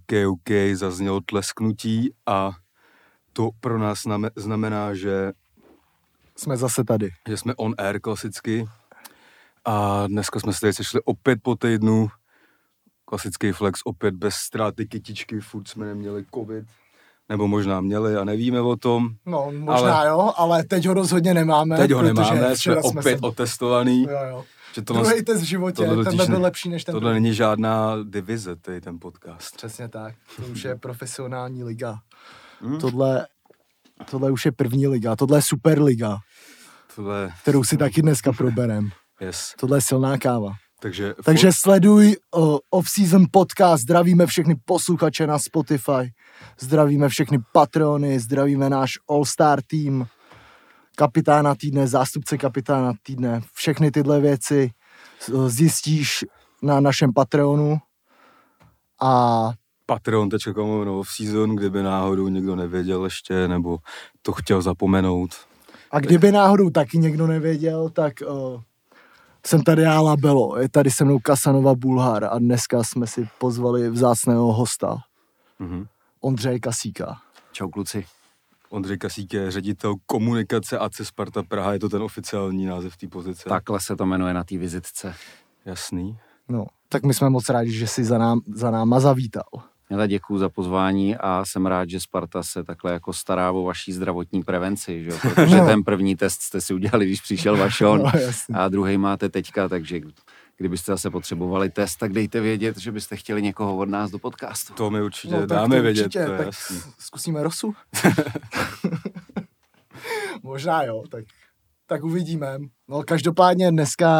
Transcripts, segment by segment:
OK, zaznělo tlesknutí a to pro nás znamená, že jsme zase tady. Že jsme on air klasicky a dneska jsme se tady sešli opět po týdnu. Klasický flex opět bez ztráty kytičky, furt jsme neměli covid. Nebo možná měli a nevíme o tom. No, možná ale teď ho rozhodně nemáme. Teď ho nemáme, jsme opět otestovaný. Jo. Druhý test v životě, tenhle byl lepší než ten. Tohle není žádná divize, tady ten podcast. Přesně tak, to už je profesionální liga. Tohle už je první liga, tohle je super liga, kterou si taky dneska proberem. Yes. Tohle je silná káva. Takže sleduj off-season podcast, zdravíme všechny posluchače na Spotify, zdravíme všechny patrony, zdravíme náš all-star tým, kapitána týdne, zástupce kapitána týdne, všechny tyhle věci zjistíš na našem Patreonu a patreon.com off-season, kdyby náhodou někdo nevěděl ještě, nebo to chtěl zapomenout. A kdyby náhodou taky někdo nevěděl, tak jsem tady já Labelo, je tady se mnou Kasanova Bulhar a dneska jsme si pozvali vzácného hosta, Ondřeje Kasíka. Čau kluci. Ondřej Kasík je ředitel komunikace AC Sparta Praha, je to ten oficiální název té pozice. Takhle se to jmenuje na té vizitce. Jasný. No, tak my jsme moc rádi, že jsi za náma zavítal. Já děkuju za pozvání a jsem rád, že Sparta se takhle jako stará o vaší zdravotní prevenci, že? Protože ten první test jste si udělali, když přišel Vašon a druhý máte teďka, takže kdybyste zase potřebovali test, tak dejte vědět, že byste chtěli někoho od nás do podcastu. To my určitě dáme vědět, to je jasný. Zkusíme Rosu? Možná jo, tak uvidíme. No každopádně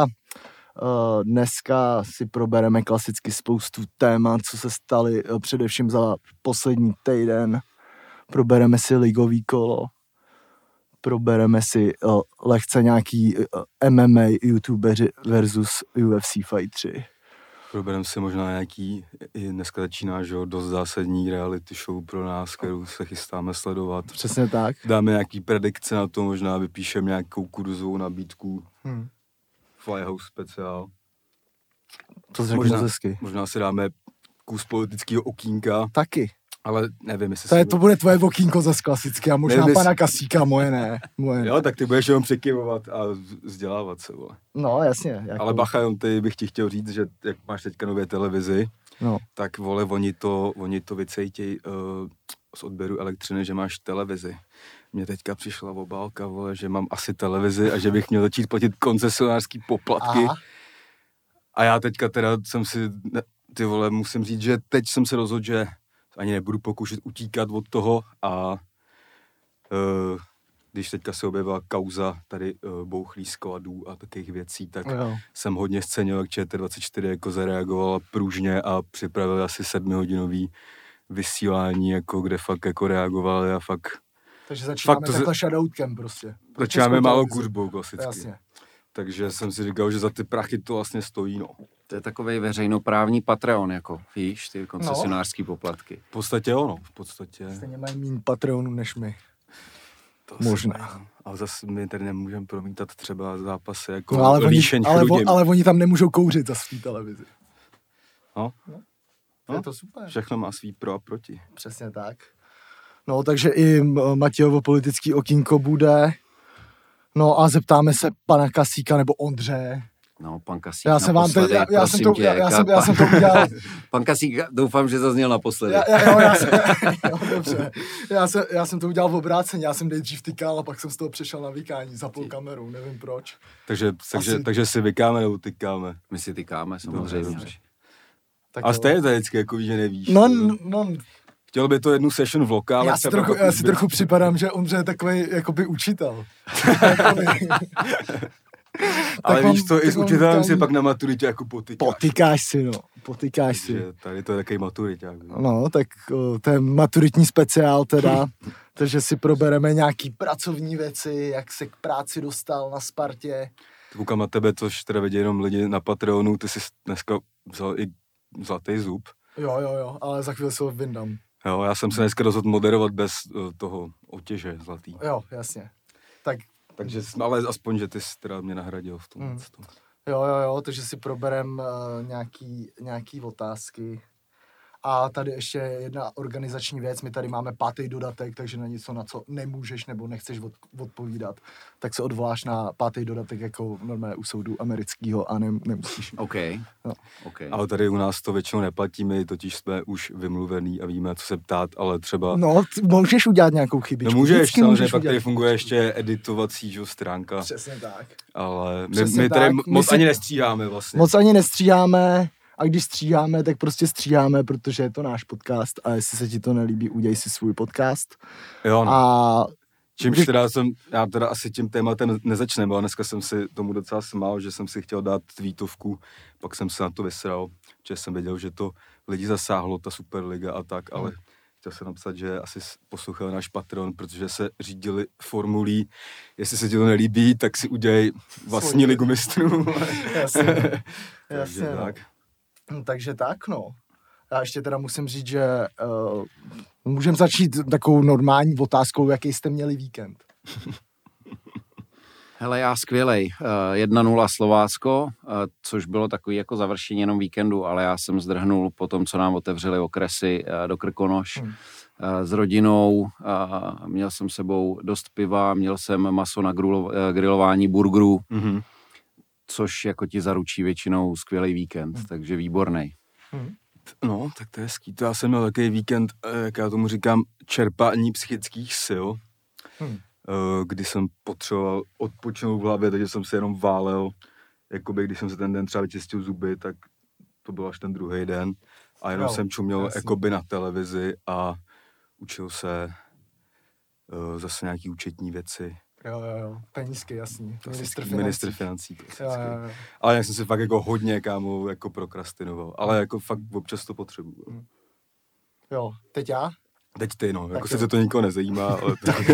dneska si probereme klasicky spoustu témat, co se staly především za poslední týden. Probereme si ligový kolo, probereme si lehce nějaký MMA youtubeři versus UFC fightři. Probereme si možná nějaký, i dneska začíná, že dost zásadní reality show pro nás, kterou se chystáme sledovat. Přesně tak. Dáme nějaký predikce na to, možná vypíšeme nějakou kurzovou nabídku. Flyhouse speciál. To se řekne hezky. Možná si dáme kus politického okýnka. Taky. Ale nevím, jestli... To bude tvoje okýnko zase klasicky a možná nevím, pana Kasíka, moje ne. Jo, tak ty budeš jenom překyvovat a vzdělávat se, vole. No, jasně. Jako... Ale bacha, ty bych ti chtěl říct, že jak máš teďka nově televizi, tak vole, oni to vycejtěj z odběru elektřiny, že máš televizi. Mně teďka přišla obálka, vole, že mám asi televizi a že bych měl začít platit koncesionářský poplatky. Aha. A já teďka teda jsem si, ty vole, musím říct, že teď jsem se rozhodl, že ani nebudu pokoušet utíkat od toho a když teďka se objevila kauza tady bouchlý skladů a takových věcí, tak jsem hodně scenil, jak ČT24 jako zareagovala pružně a připravili asi 7hodinový vysílání, jako kde fakt jako reagovali a fakt... Takže začínáme takhle shoutoutkem prostě. Začínáme málo kuřbou klasicky. Jasně. Takže jsem si říkal, že za ty prachy to vlastně stojí, no. To je takovej veřejnoprávní Patreon, jako, víš, ty koncesionářský poplatky. V podstatě ono, v podstatě. Stejně mají méně Patreonu než my. To možná. Ale zase my tady nemůžeme promítat třeba zápasy jako líšeň ale oni tam nemůžou kouřit za svý televizi. No. Je to super. Všechno má svý pro a proti. Přesně tak. No, takže i Matějovo politický okýnko bude. No a zeptáme se pana Kasíka nebo Ondřeje. No, pan Kasík já jsem to udělal. Pan Kasík, doufám, že zazněl naposledy. Dobře. Já jsem to udělal v obráceně, já jsem nejdřív tykal a pak jsem z toho přešel na vykání, zapol kameru, nevím proč. Takže si vykáme nebo tykáme? My si tykáme, samozřejmě. A stejně to vždycky, jako víš, že nevíš. No. Chtěl by to jednu session v lokále. Já si trochu připadám, že Ondřej je takovej jakoby učitel. Ale víš to, i s učitelem si pak na maturitě jako potykáš. Potykáš si. Tady to je takový maturiťák. No, tak to je maturitní speciál teda, takže si probereme nějaký pracovní věci, jak se k práci dostal na Spartě. Koukám na tebe, což teda vidí jenom lidi na Patreonu, ty jsi dneska vzal i zlatý zub. Jo, ale za chvíli se ho vyndám. Jo, já jsem se dneska rozhodl moderovat bez toho otěže zlatý. Jo, jasně. Takže, ale aspoň, že ty jsi teda mě nahradil v tom. Jo, takže si proberem nějaký otázky. A tady ještě jedna organizační věc, my tady máme 5. dodatek, takže na něco, na co nemůžeš nebo nechceš odpovídat, tak se odvoláš na 5. dodatek jako normálně u soudu amerického a nemusíš. Okay. No. Okay. Ale tady u nás to většinou neplatí, my totiž jsme už vymluvený a víme, co se ptát, ale třeba... No, můžeš udělat nějakou chybičku. No můžeš, samozřejmě, pak tady funguje ještě editovací stránka. Přesně tak. Ale my tady moc ani nestříháme vlastně. Moc ani nestříháme. A když stříháme, tak prostě stříháme, protože je to náš podcast a jestli se ti to nelíbí, udělej si svůj podcast. Jo, no. A čímž já teda asi tím tématem nezačneme, ale dneska jsem si tomu docela smál, že jsem si chtěl dát tweetovku, pak jsem se na to vysral, že jsem věděl, že to lidi zasáhlo, ta Superliga a tak, ale chtěl jsem napsat, že asi poslouchal náš Patreon, protože se řídili formulí, jestli se ti to nelíbí, tak si udělej vlastní ligu mistrů. Jasně. Tak. Takže tak, no. Já ještě teda musím říct, že můžeme začít takovou normální otázkou, jaký jste měli víkend. Hele, já skvělej. 1-0 Slovácko, což bylo takový jako završení jenom víkendu, ale já jsem zdrhnul po tom, co nám otevřeli okresy do Krkonoš s rodinou. Měl jsem sebou dost piva, měl jsem maso na grilování burgerů, což jako ti zaručí většinou skvělý víkend, takže výborný. No, tak to je hezký. To já jsem měl takový víkend, jak já tomu říkám, čerpání psychických sil, kdy jsem potřeboval odpočinout v hlavě, takže jsem se jenom válel, jakoby když jsem se ten den třeba vyčistil zuby, tak to byl až ten druhý den a jenom jsem čuměl jakoby na televizi a učil se zase nějaký účetní věci. Jo, penízky, jasný. Ministr financí. Jo. Ale já jsem si fakt jako hodně, kámo, jako prokrastinoval. Ale jako fakt občas to potřebuju. Jo, teď já? Teď ty, no. Jako se to nikoho nezajímá, ale...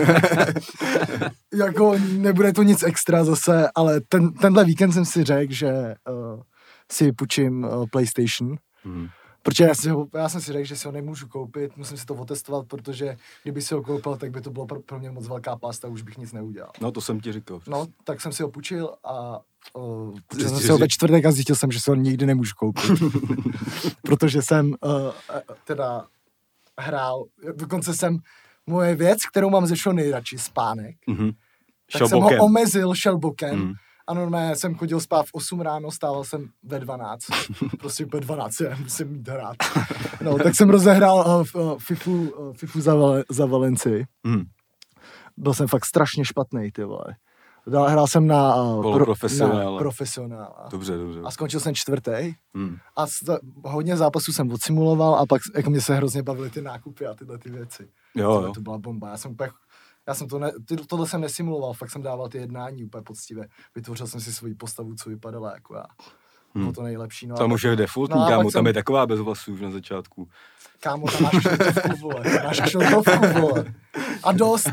jako nebude to nic extra zase, ale tenhle víkend jsem si řekl, že si půjčím PlayStation. Protože já jsem si řekl, že si ho nemůžu koupit, musím si to otestovat, protože kdyby si ho koupil, tak by to bylo pro mě moc velká pasta, už bych nic neudělal. No to jsem ti říkal. No, tak jsem si ho půjčil a jsem si ho ve čtvrtek a zjistil jsem, že si ho nikdy nemůžu koupit. Protože jsem teda hrál, dokonce jsem moje věc, kterou mám ze všeho nejradši, spánek, tak jsem ho omezil šelbokem. A normálně jsem chodil spát v 8 ráno, stával jsem ve 12. Prostě ve 12, já musím mít hrát. No, tak jsem rozehrál FIFU za Valencii. Byl jsem fakt strašně špatnej, ty vole. Hrál jsem na profesionála. Dobře. A skončil jsem 4. A hodně zápasů jsem odsimuloval a pak jako mě se hrozně bavily ty nákupy a tyhle ty věci. Jo. To byla bomba. Tohle jsem nesimuloval, fakt jsem dával ty jednání úplně poctivě. Vytvořil jsem si svoji postavu, co vypadala jako já. Bylo to nejlepší. No, tam už je defaultní, kámo, tam je taková bez vlasů už na začátku. Kámo, tam máš šiltovku, vole. A dost.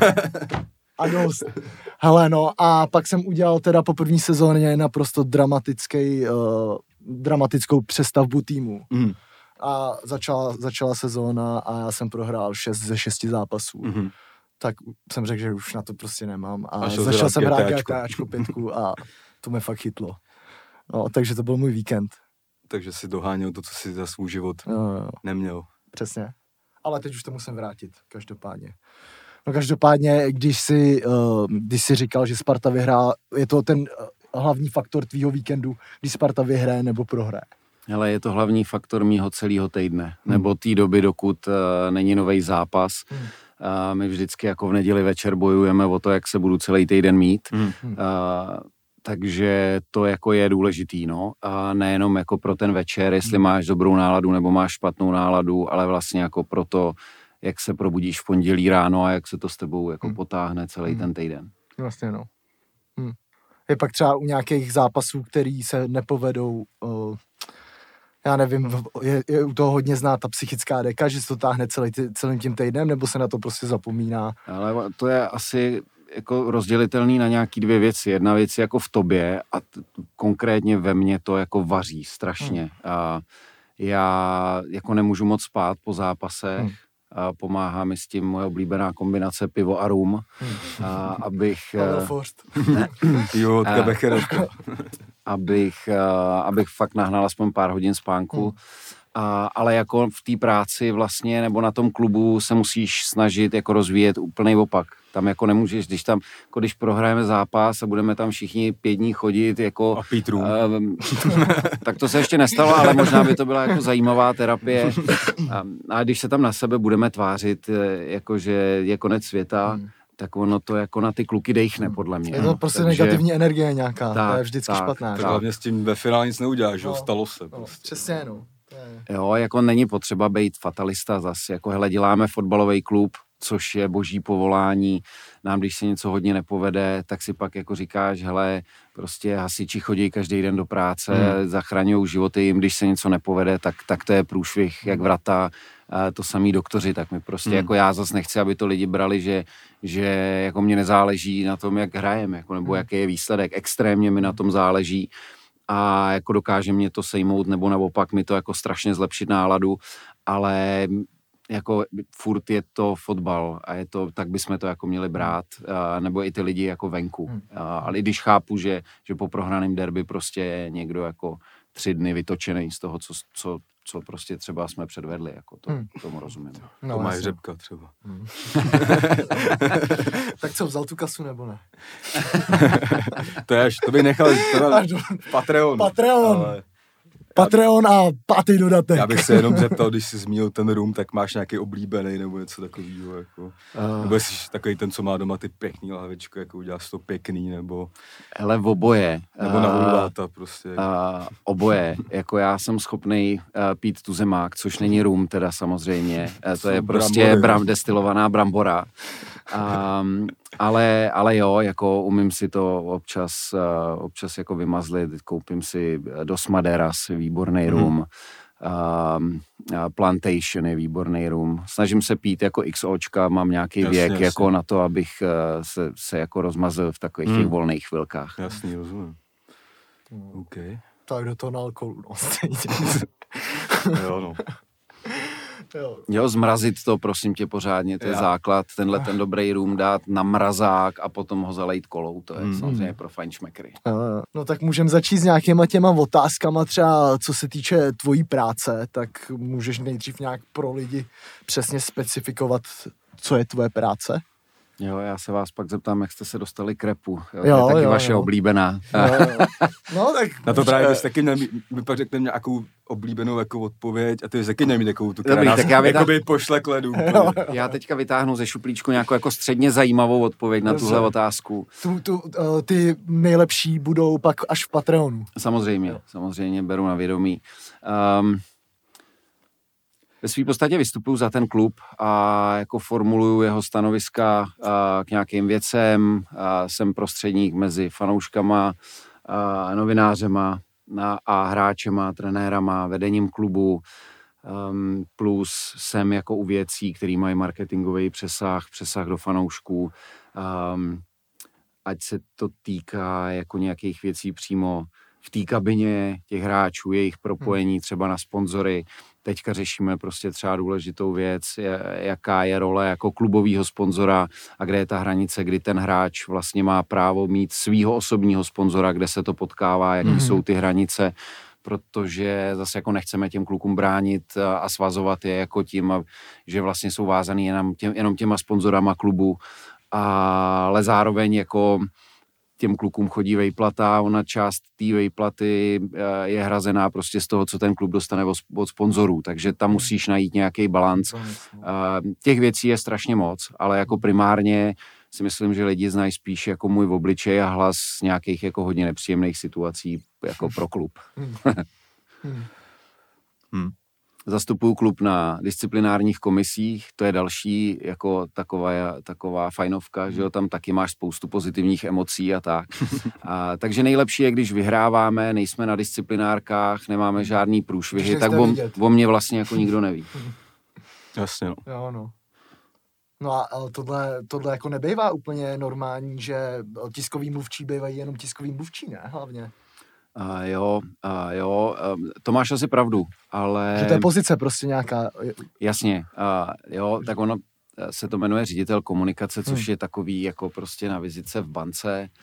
Hele, no, a pak jsem udělal teda po první sezóně naprosto dramatickou přestavbu týmu. A začala sezóna a já jsem prohrál 6 ze 6 zápasů. Tak jsem řekl, že už na to prostě nemám. A začal jsem hrát GTAčko 5 a to mě fakt chytlo. No, takže to byl můj víkend. Takže si doháněl to, co si za svůj život neměl. Přesně. Ale teď už to musím vrátit, každopádně. No každopádně, když jsi říkal, že Sparta vyhrá, je to ten hlavní faktor tvýho víkendu, když Sparta vyhraje nebo prohraje? Hele, je to hlavní faktor mýho celého týdne, nebo té doby, dokud není nový zápas. My vždycky jako v neděli večer bojujeme o to, jak se budu celý týden mít. Takže to jako je důležitý, no. A nejenom jako pro ten večer, jestli máš dobrou náladu nebo máš špatnou náladu, ale vlastně jako pro to, jak se probudíš v pondělí ráno a jak se to s tebou jako potáhne celý ten týden. Vlastně, no. Je pak třeba u nějakých zápasů, který se nepovedou, já nevím, je u toho hodně znát ta psychická deka, že se to táhne celým tím týdnem, nebo se na to prostě zapomíná? Ale to je asi jako rozdělitelný na nějaký 2 věci. Jedna věc je jako v tobě a konkrétně ve mně to jako vaří strašně. A já jako nemůžu moc spát po zápasech. A pomáhá mi s tím moje oblíbená kombinace pivo a rum. Abych fakt nahnal aspoň pár hodin spánku. ale jako v té práci vlastně nebo na tom klubu se musíš snažit jako rozvíjet úplný opak. Tam jako nemůžeš, když prohrajeme zápas a budeme tam všichni 5 dní chodit jako... A pít rum. Tak to se ještě nestalo, ale možná by to byla jako zajímavá terapie. A když se tam na sebe budeme tvářit, jako že je konec světa, tak ono to jako na ty kluky dejchne, podle mě. Je to prostě negativní energie nějaká, to je vždycky špatná. Tak hlavně s tím ve finále nic neuděláš, že stalo se. Prostě. Přesně, no. Jo, jako není potřeba být fatalista zase, jako hele, děláme fotbalový klub, což je boží povolání, nám když se něco hodně nepovede, tak si pak jako říkáš, hele, prostě hasiči chodí každý den do práce, zachraňují životy jim, když se něco nepovede, tak to je průšvih jak vrata, to samý doktoři, tak mi prostě, jako já zase nechci, aby to lidi brali, že jako mě nezáleží na tom, jak hrajeme, jako, nebo jaký je výsledek, extrémně mi na tom záleží a jako dokáže mě to sejmout, nebo naopak mi to jako strašně zlepšit náladu, ale jako furt je to fotbal a je to, tak bychom to jako měli brát, nebo i ty lidi jako venku. Ale i když chápu, že po prohraném derby prostě je někdo jako 3 dny vytočený z toho, co prostě třeba jsme předvedli, jako tomu rozumím. No, to má Řepka třeba. Tak co, vzal tu kasu nebo ne? To bych nechal Patreon. Ale... Patreon a 5. dodatek. Já bych se jenom zeptal, když jsi zmínil ten rum, tak máš nějaký oblíbený nebo něco takového, jako. Nebo jsi takový ten, co má doma ty pěkný lahvičky, jako uděláš to pěkný, nebo... Hele, v oboje. Nebo na hululáta prostě. Oboje. Jako já jsem schopnej pít tuzemák, což není rum teda samozřejmě. To je prostě destilovaná brambora. Ale jo, jako umím si to občas jako vymazlit, koupím si Dos Maderas, výborný rum, Plantation je výborný rum. Snažím se pít jako XOčka, mám nějaký věk jako na to, abych se jako rozmazl v takových těch volných chvilkách. Jasný, rozumím. Okay. Tak do toho na alkoholu, no, stejně. Jo, no. Jo, zmrazit to, prosím tě, pořádně, to je základ, ten dobrý rum dát na mrazák a potom ho zalejt kolou, to je samozřejmě pro fajnšmekry. No tak můžeme začít s nějakýma těma otázkama, třeba co se týče tvojí práce, tak můžeš nejdřív nějak pro lidi přesně specifikovat, co je tvoje práce? Jo, já se vás pak zeptám, jak jste se dostali k rapu. To je taky vaše oblíbená. Jo. No tak... Na to právě bys taky měl, my pak řekneme nějakou oblíbenou jako odpověď a ty bys taky neměl takovou tu, která dobrý, nás tak já jakoby pošle k ledu. Já teďka vytáhnu ze šuplíčku nějakou jako středně zajímavou odpověď na tuhle otázku. Ty nejlepší budou pak až v Patreonu. Samozřejmě beru na vědomí. Ve své podstatě vystupuju za ten klub a jako formuluju jeho stanoviska k nějakým věcem. Jsem prostředník mezi fanouškama, novinářema a hráčema, trenérama, vedením klubu. Plus jsem jako u věcí, které mají marketingový přesah do fanoušků. Ať se to týká jako nějakých věcí přímo v té kabině těch hráčů, jejich propojení třeba na sponzory. Teďka řešíme prostě třeba důležitou věc, jaká je role jako klubového sponzora a kde je ta hranice, kdy ten hráč vlastně má právo mít svýho osobního sponzora, kde se to potkává, jaký jsou ty hranice, protože zase jako nechceme těm klukům bránit a svazovat je jako tím, že vlastně jsou vázaný jenom těma sponzorama klubu, ale zároveň jako těm klukům chodí vejplata, ona část té vejplaty je hrazená prostě z toho, co ten klub dostane od sponzorů, takže tam musíš najít nějaký balanc. Těch věcí je strašně moc, ale jako primárně si myslím, že lidi znají spíš jako můj obličej a hlas z nějakých jako hodně nepříjemných situací jako pro klub. Zastupuju klub na disciplinárních komisích, to je další jako taková fajnovka, že jo, tam taky máš spoustu pozitivních emocí a tak. Takže nejlepší je, když vyhráváme, nejsme na disciplinárkách, nemáme žádný průšvihy, tak o mě vlastně jako nikdo neví. Jasně, no. Jo, no. No a tohle jako nebejvá úplně normální, že tiskový mluvčí bývají jenom tiskový mluvčí, ne? Hlavně. Jo, to máš asi pravdu, ale... Že to je pozice prostě nějaká. Jasně, jo, tak ono se to jmenuje ředitel komunikace, což je takový jako prostě na vizice v bance.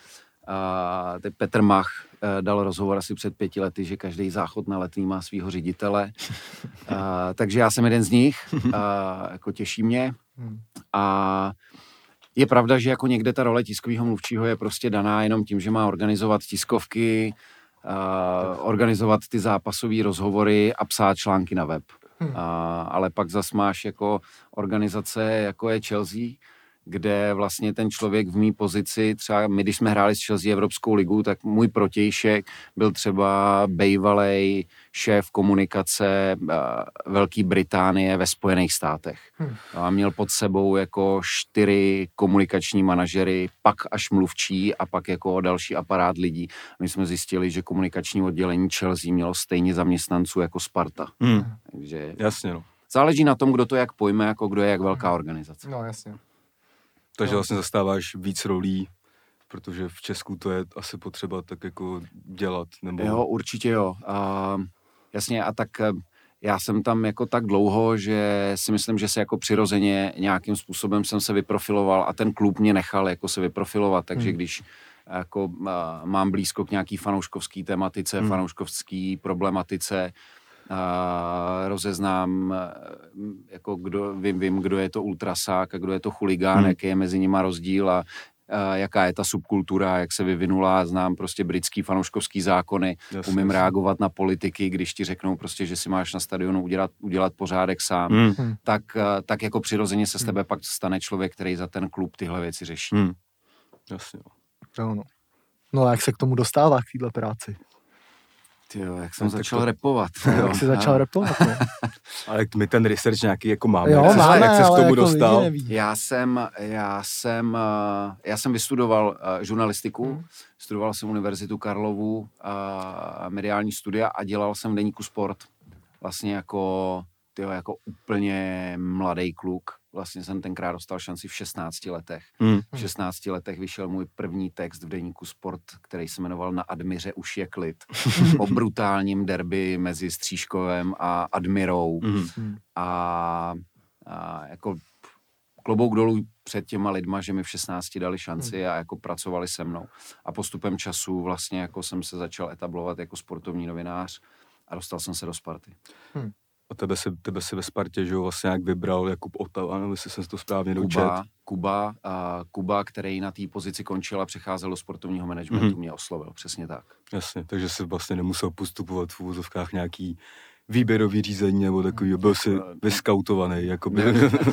teď Petr Mach dal rozhovor asi před 5 lety, že každý záchod na Letný má svýho ředitele. Takže já jsem jeden z nich, jako těší mě. A je pravda, že jako někde ta role tiskového mluvčího je prostě daná jenom tím, že má organizovat tiskovky, organizovat ty zápasové rozhovory a psát články na web. Ale pak zas máš jako organizace, jako je Chelsea, kde vlastně ten člověk v mý pozici, třeba my, když jsme hráli s Chelsea Evropskou ligu, tak můj protějšek byl třeba bejvalej šéf komunikace Velké Británie ve Spojených státech. A měl pod sebou jako 4 komunikační manažery, pak až mluvčí a pak jako další aparát lidí. My jsme zjistili, že komunikační oddělení Chelsea mělo stejně zaměstnanců jako Sparta. Takže jasně, no. Záleží na tom, kdo to jak pojme, jako kdo je jak velká organizace. No, jasně. Takže vlastně zastáváš víc rolí, protože v Česku to je asi potřeba tak jako dělat. Nebo... Jo, určitě jo. Jasně, a tak já jsem tam jako tak dlouho, že si myslím, že se jako přirozeně nějakým způsobem jsem se vyprofiloval a ten klub mě nechal jako se vyprofilovat, takže když jako mám blízko k nějaký fanouškovský tematice, fanouškovský problematice, rozeznám, jako vím, kdo je to ultrasák a kdo je to chuligán, jaký je mezi nima rozdíl a jaká je ta subkultura, jak se vyvinula, znám prostě britský fanouškovský zákony, umím reagovat na politiky, když ti řeknou prostě, že si máš na stadionu udělat pořádek sám, tak jako přirozeně se z tebe pak stane člověk, který za ten klub tyhle věci řeší. Jasně. No a jak se k tomu dostává, k téhle práci? Tyjo, jak jsem začal rapovat. Jak jsi začal rapovat, no? Ale my ten research nějaký jako máme. Jo, jak se k tomu jako dostal? Já jsem vystudoval žurnalistiku, studoval jsem Univerzitu Karlovu, mediální studia a dělal jsem v deníku Sport. Vlastně jako úplně mladý kluk. Vlastně jsem tenkrát dostal šanci v 16 letech. V 16 letech vyšel můj první text v deníku Sport, který se jmenoval Na Admiře už je klid. O brutálním derby mezi Stříškovem a Admirou. A jako klobouk dolů před těma lidma, že mi v 16 dali šanci a jako pracovali se mnou. A postupem času vlastně jako jsem se začal etablovat jako sportovní novinář a dostal jsem se do Sparty. A tebe se ve Spartě, že jo, vlastně jak vybral Jakub Otava, nebo jestli jsem to správně dočet. Kuba, který na té pozici končil a přecházel do sportovního managementu, mě oslovil, přesně tak. Jasně, takže si vlastně nemusel postupovat v uvozovkách nějaký výběrový řízení nebo takový, byl si vyskautovaný, jakoby.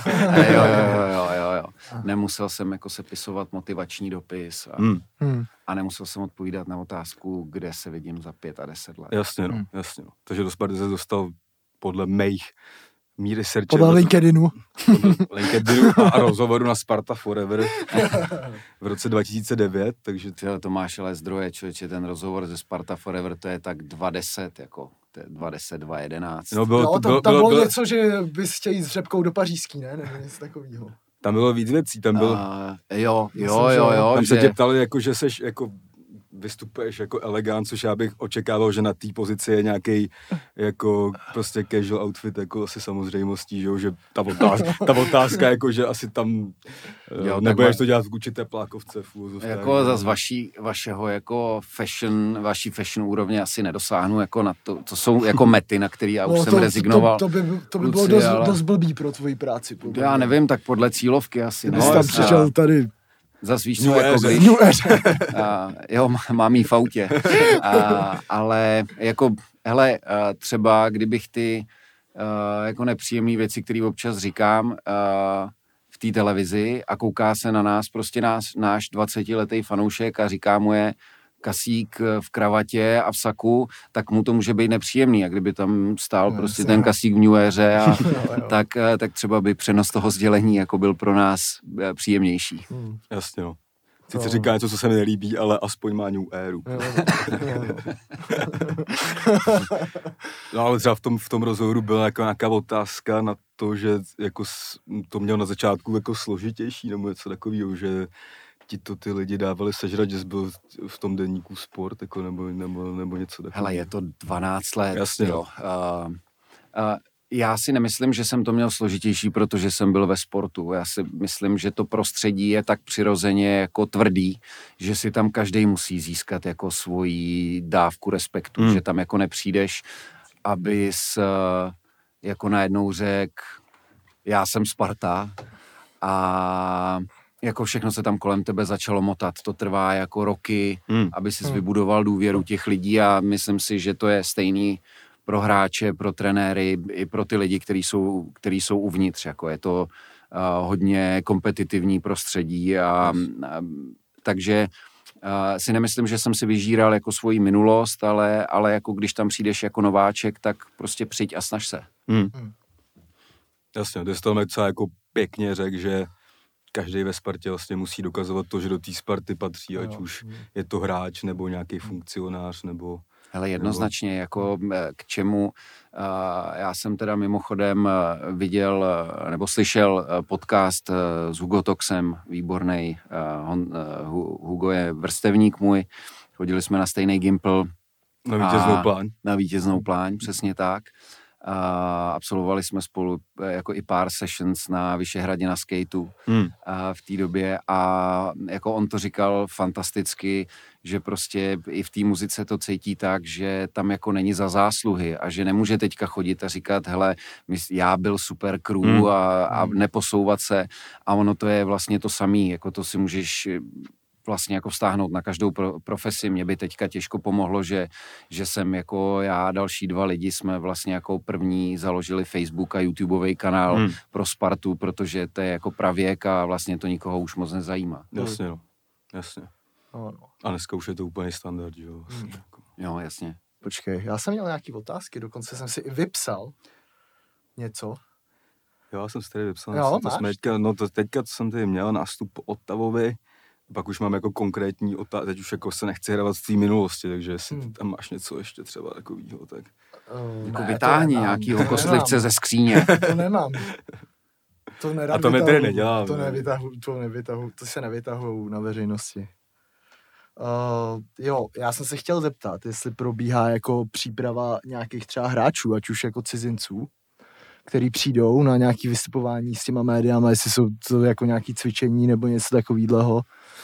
Jo. Nemusel jsem jako sepisovat motivační dopis a nemusel jsem odpovídat na otázku, kde se vidím za 5 a 10 let. Jasně, no. Takže do Sparty se dostal podle mých researche. Podle LinkedInu a rozhovoru na Sparta Forever v roce 2009, takže... To máš ale zdroje, člověče, ten rozhovor ze Sparta Forever, to je tak 2010, jako, to je 20, 2011. Tam bylo něco, že bys chtěl jít s Řepkou do Pařížský, ne? Nebo něco takového. Tam bylo víc věcí, tam byl... Jo. Tam se tě ptali, jako, že seš, jako... vystupuješ jako elegant, což já bych očekával, že na té pozici je nějaký jako prostě casual outfit, jako asi samozřejmostí, že ta otázka, jako že asi tam nebudeš to dělat v Gucci teplákovce. Jako zas vašeho jako vaší fashion úrovně asi nedosáhnu, jako na to jsou jako mety, na který já už jsem rezignoval. To by bylo dost blbý pro tvoji práci. Já nevím, tak podle cílovky asi. Když tam přišel tady zas víš co, jako když... jo, mám jí v autě. Ale jako, hele, třeba kdybych ty jako nepříjemné věci, které občas říkám v té televizi a kouká se na nás prostě náš 20letý fanoušek a říká mu je Kasík v kravatě a v saku, tak mu to může být nepříjemný. A kdyby tam stál prostě ten Kasík v New Éře, tak třeba by přenos toho sdělení jako byl pro nás příjemnější. Jasně, no. Sice říká něco, co se mi nelíbí, ale aspoň má New Éru. No ale třeba v tom rozhovoru byla jako nějaká otázka na to, že jako to měl na začátku jako složitější, nebo něco takového, že ti to ty lidi dávali sežrat, že jsi byl v tom deníku Sport, jako, nebo něco takového. Hele, je to 12 let. Jasně, jo. Já si nemyslím, že jsem to měl složitější, protože jsem byl ve sportu. Já si myslím, že to prostředí je tak přirozeně jako tvrdý, že si tam každej musí získat jako svoji dávku respektu, že tam jako nepřijdeš, abys jako najednou řekl, já jsem Sparta a jako všechno se tam kolem tebe začalo motat. To trvá jako roky, aby si vybudoval důvěru těch lidí a myslím si, že to je stejný pro hráče, pro trenéry, i pro ty lidi, kteří jsou uvnitř. Jako je to hodně kompetitivní prostředí takže si nemyslím, že jsem si vyžíral jako svoji minulost, ale jako když tam přijdeš jako nováček, tak prostě přijď a snaž se. Jasně, to je to docela jako pěkně řekl, že každý ve Spartě vlastně musí dokazovat to, že do té Sparty patří, ať už je to hráč, nebo nějaký funkcionář, nebo... Hele, jednoznačně, jako k čemu, já jsem teda mimochodem viděl, nebo slyšel podcast s Hugo Toxem, výbornej, Hugo je vrstevník můj, chodili jsme na stejný Gimpl. Na vítěznou pláň, přesně tak. Absolvovali jsme spolu jako i pár sessions na Vyšehradě na skateu v té době a jako on to říkal fantasticky, že prostě i v té muzice to cítí tak, že tam jako není za zásluhy a že nemůže teďka chodit a říkat, hele, já byl super crew a neposouvat se a ono to je vlastně to samý, jako to si můžeš vlastně jako vztáhnout na každou profesi. Mě by teďka těžko pomohlo, že jsem jako já a další 2 lidi jsme vlastně jako první založili Facebook a YouTubeový kanál pro Spartu, protože to je jako pravěk a vlastně to nikoho už moc nezajímá. Jasně, no. Jasně. A dneska už je to úplně standard, jo. Jo, jasně. Počkej, já jsem měl nějaký otázky, dokonce jsem si i vypsal něco. Jo, já jsem si tady vypsal. Teďka jsem tady měl nástup Ottavovi, pak už mám jako konkrétní otázky, teď už jako se nechci hrávat z té minulosti, takže jestli tam máš něco ještě třeba takovýho, tak... Jako vytáhni nějakýho kostlivce ze skříně. To nemám. To nerad a to my tedy nedělám. To se nevytahují na veřejnosti. Já jsem se chtěl zeptat, jestli probíhá jako příprava nějakých třeba hráčů, ať už jako cizinců, který přijdou na nějaké vystupování s těma médiama, jestli jsou to jako nějaké cvičení nebo něco takového,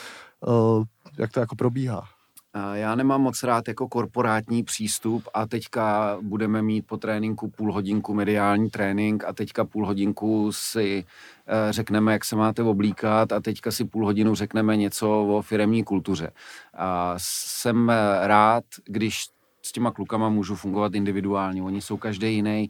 jak to jako probíhá. Já nemám moc rád jako korporátní přístup a teďka budeme mít po tréninku půl hodinku mediální trénink a teďka půl hodinku si řekneme, jak se máte oblíkat a teďka si půl hodinu řekneme něco o firemní kultuře. Jsem rád, když s těma klukama můžu fungovat individuálně. Oni jsou každý jiný,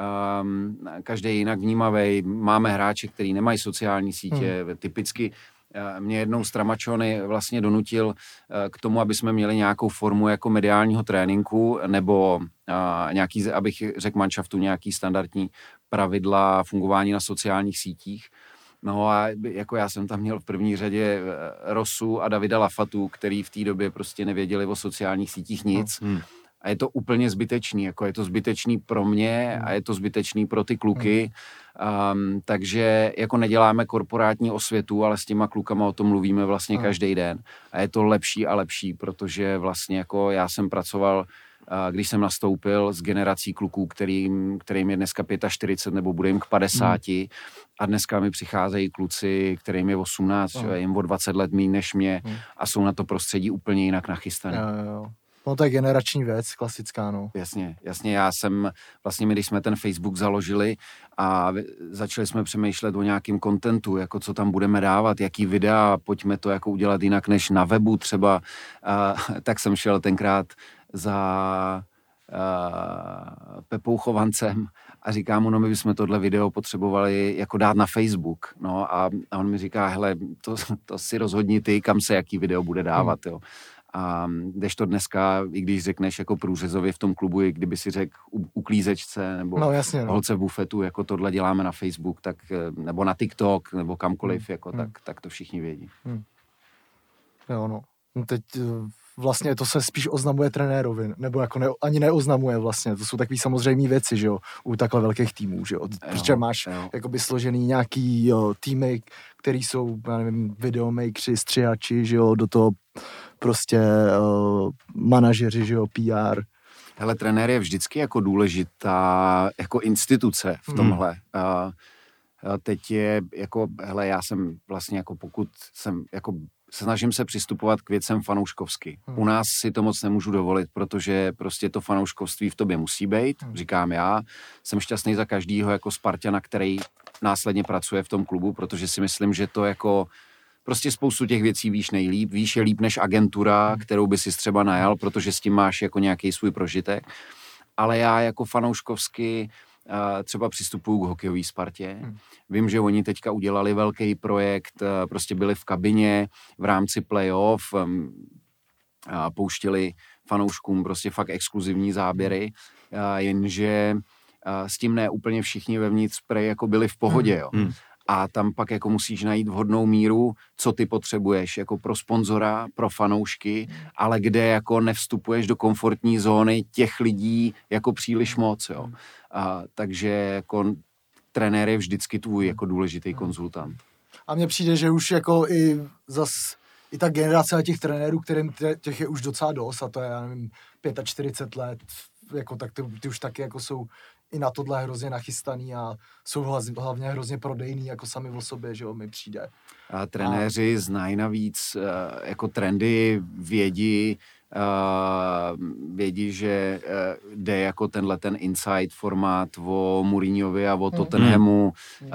každý jinak vnímavý. Máme hráče, který nemají sociální sítě. Typicky mě jednou Stramačony vlastně donutil k tomu, aby jsme měli nějakou formu jako mediálního tréninku nebo nějaký, abych řekl manšaftu, nějaký standardní pravidla fungování na sociálních sítích. No a jako já jsem tam měl v první řadě Rosu a Davida Lafatu, který v té době prostě nevěděli o sociálních sítích nic. A je to úplně zbytečný, jako je to zbytečný pro mě a je to zbytečný pro ty kluky, takže jako neděláme korporátní osvětu, ale s těma klukama o tom mluvíme vlastně každý den a je to lepší a lepší, protože vlastně jako já jsem pracoval, když jsem nastoupil s generací kluků, kterým je dneska 45 nebo bude jim k 50 a dneska mi přicházejí kluci, kterým je 18, jim o 20 let méně než mě a jsou na to prostředí úplně jinak nachystané. No to je generační věc, klasická, no. Jasně, já jsem, vlastně my, když jsme ten Facebook založili a začali jsme přemýšlet o nějakým kontentu, jako co tam budeme dávat, jaký videa, pojďme to jako udělat jinak než na webu třeba, tak jsem šel tenkrát za Pepou Chovancem a říkám mu, no my bychom tohle video potřebovali jako dát na Facebook, no a on mi říká, hele, to si rozhodni ty, kam se jaký video bude dávat, jo. A kdežto dneska, i když řekneš jako průřezově v tom klubu, i kdyby si řekl uklízečce nebo holce v bufetu, jako tohle děláme na Facebook, tak, nebo na TikTok, nebo kamkoliv, jako, tak to všichni vědí. Jo, no. Teď vlastně to se spíš oznamuje trenérovi, nebo jako ani neoznamuje vlastně, to jsou takový samozřejmé věci, že jo, u takhle velkých týmů, že jo, protože máš jakoby složený nějaký týmy, který jsou, já nevím, videomakeri, střihači, že jo, do toho prostě manažeři, že jo, PR, Hele, trenér je vždycky jako důležitá jako instituce v tomhle. Teď je jako, hele, já jsem vlastně jako pokud jsem jako snažím se přistupovat k věcem fanouškovsky. U nás si to moc nemůžu dovolit, protože prostě to fanouškovství v tobě musí být, říkám já. Jsem šťastný za každýho jako Spartana, který následně pracuje v tom klubu, protože si myslím, že to jako prostě spoustu těch věcí víš nejlíp. Víš je líp než agentura, kterou by si třeba najal, protože s tím máš jako nějaký svůj prožitek. Ale já jako fanouškovsky třeba přistupuju k hokejové Spartě. Vím, že oni teďka udělali velký projekt, prostě byli v kabině v rámci playoff, pouštěli fanouškům prostě fakt exkluzivní záběry, jenže s tím ne úplně všichni vevnitř prej jako byli v pohodě, jo. A tam pak jako musíš najít vhodnou míru, co ty potřebuješ jako pro sponzora, pro fanoušky, ale kde jako nevstupuješ do komfortní zóny těch lidí jako příliš moc, jo. Takže jako trenér je vždycky tvůj jako důležitý konzultant. A mně přijde, že už jako i ta generace těch trenérů, kterým těch je už docela dost, a to je, já nevím, 45 let, jako tak ty už taky jako jsou i na tohle hrozně nachystaný a jsou hlavně hrozně prodejný jako sami o sobě, že jo, mi přijde. A trenéři znají navíc jako trendy, vědí, že jde jako ten inside formát o Mourinhovi a o Tottenhamu,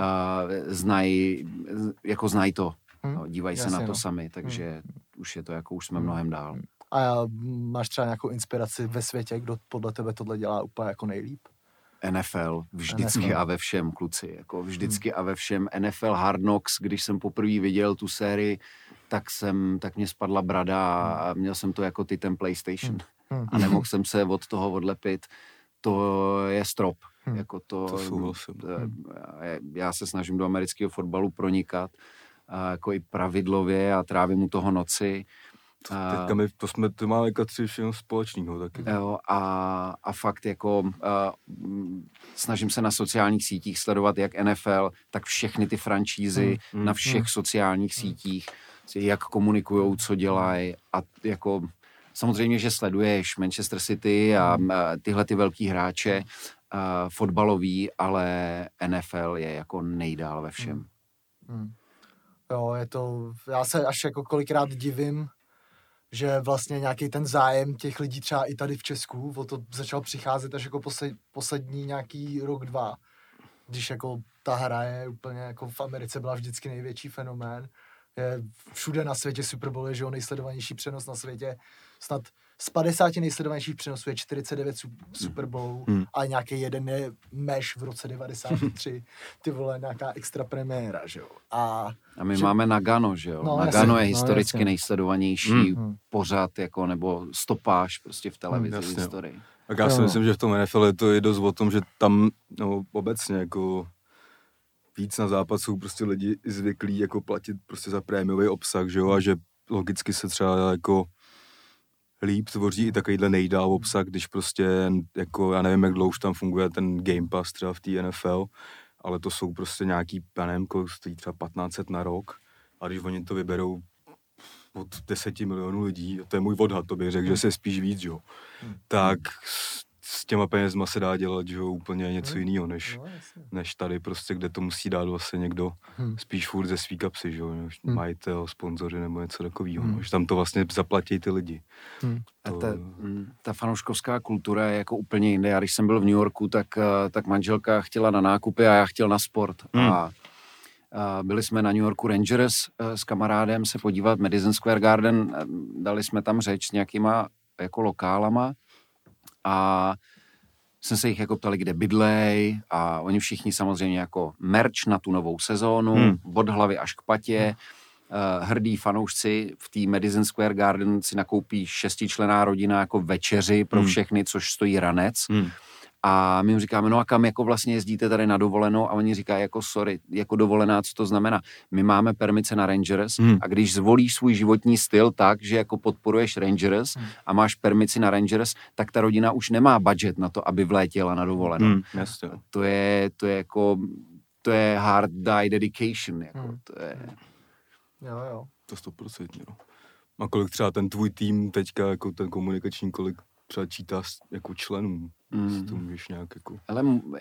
znají to, dívají se na to sami, takže už je to jako, už jsme mnohem dál. A máš třeba nějakou inspiraci ve světě, kdo podle tebe tohle dělá úplně jako nejlíp? NFL, vždycky a ve všem, kluci, jako vždycky a ve všem. NFL Hard Knocks, když jsem poprvé viděl tu sérii, tak mě spadla brada a měl jsem to jako ty ten PlayStation a nemohl jsem se od toho odlepit. To je strop. Jako to já se snažím do amerického fotbalu pronikat jako i pravidlově a trávím u toho noci. Teďka to máme katři všechno společného taky. Jo, a fakt jako snažím se na sociálních sítích sledovat jak NFL, tak všechny ty franšízy na všech sociálních sítích, jak komunikujou, co dělají a jako samozřejmě, že sleduješ Manchester City a tyhle ty velký hráče fotbalový, ale NFL je jako nejdál ve všem. Jo, je to, já se až jako kolikrát divím, že vlastně nějaký ten zájem těch lidí třeba i tady v Česku o to začal přicházet až jako poslední nějaký rok, 2, když jako ta hra je úplně jako v Americe byla vždycky největší fenomén. Je všude na světě Super Bowl, je, že jo, nejsledovanější přenos na světě. Snad z 50 nejsledovanějších přenosů je 49 Super Bowlů a nějaký jeden je Mesh v roce 93. Ty vole, nějaká extra premiéra, že jo. A my máme Nagano, že jo. No, Nagano je historicky nejsledovanější pořad, jako, nebo stopáž prostě v televizi v historii. Tak já si myslím, že v tom NFL je to dost o tom, že tam obecně jako víc na západ jsou prostě lidi zvyklí jako platit prostě za prémiový obsah, že jo, a že logicky se třeba jako líp tvoří i takovýhle nejdál obsah, když prostě jako, já nevím, jak dlouho už tam funguje ten Game Pass třeba v té NFL, ale to jsou prostě nějaký, já nevím, kolik stojí třeba 1500 na rok a když oni to vyberou od 10 milionů lidí, a to je můj odhad, to bych řekl, že se spíš víc, jo, tak s těma penězma se dá dělat, že jo, úplně něco jiného, než tady prostě, kde to musí dát vlastně někdo spíš furt ze svý kapsy, že jo, majitel, sponzoři nebo něco takového, že tam to vlastně zaplatí ty lidi. Ta fanouškovská kultura je jako úplně jinde. Já když jsem byl v New Yorku, tak manželka chtěla na nákupy a já chtěl na sport. A byli jsme na New Yorku Rangers s kamarádem se podívat Madison Square Garden, dali jsme tam řeč s nějakýma jako lokálama a jsem se jich jako ptali, kde bydlej a oni všichni samozřejmě jako merch na tu novou sezónu, od hlavy až k patě. Hrdí fanoušci v té Madison Square Garden si nakoupí 6členná rodina jako večeři pro všechny, což stojí ranec. A my jim říkáme, no a kam jako vlastně jezdíte tady na dovolenou? A oni říkají jako sorry, jako dovolená, co to znamená? My máme permice na Rangers a když zvolíš svůj životní styl tak, že jako podporuješ Rangers a máš permici na Rangers, tak ta rodina už nemá budget na to, aby vlétěla na dovolenou. To je jako, to je hard die dedication, jako to je... Jo. To 100%, no. A kolik třeba ten tvůj tým teďka, jako ten komunikační, kolik přečítá jako členů. To můžeš nějak jako... Ale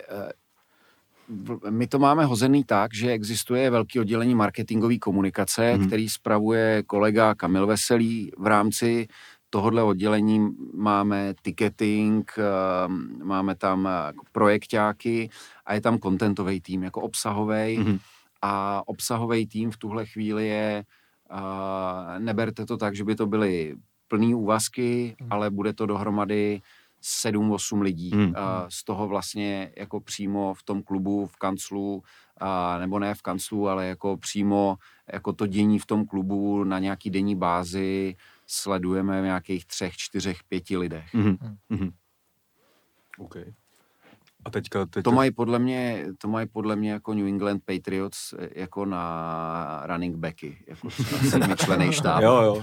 my to máme hozený tak, že existuje velké oddělení marketingové komunikace, který spravuje kolega Kamil Veselý. V rámci tohodle oddělení máme ticketing, máme tam projekťáky a je tam contentový tým, jako obsahovej. A obsahový tým v tuhle chvíli je, neberte to tak, že by to byly plný úvazky, ale bude to dohromady 7-8 lidí. Z toho vlastně jako přímo v tom klubu, v kanclu, nebo ne v kanclu, ale jako přímo jako to dění v tom klubu na nějaký denní bázi sledujeme v nějakých 3, 4, 5 lidech. Okay. A teďka... To mají podle mě jako New England Patriots jako na running backy, jako asi členej štábu. Jo,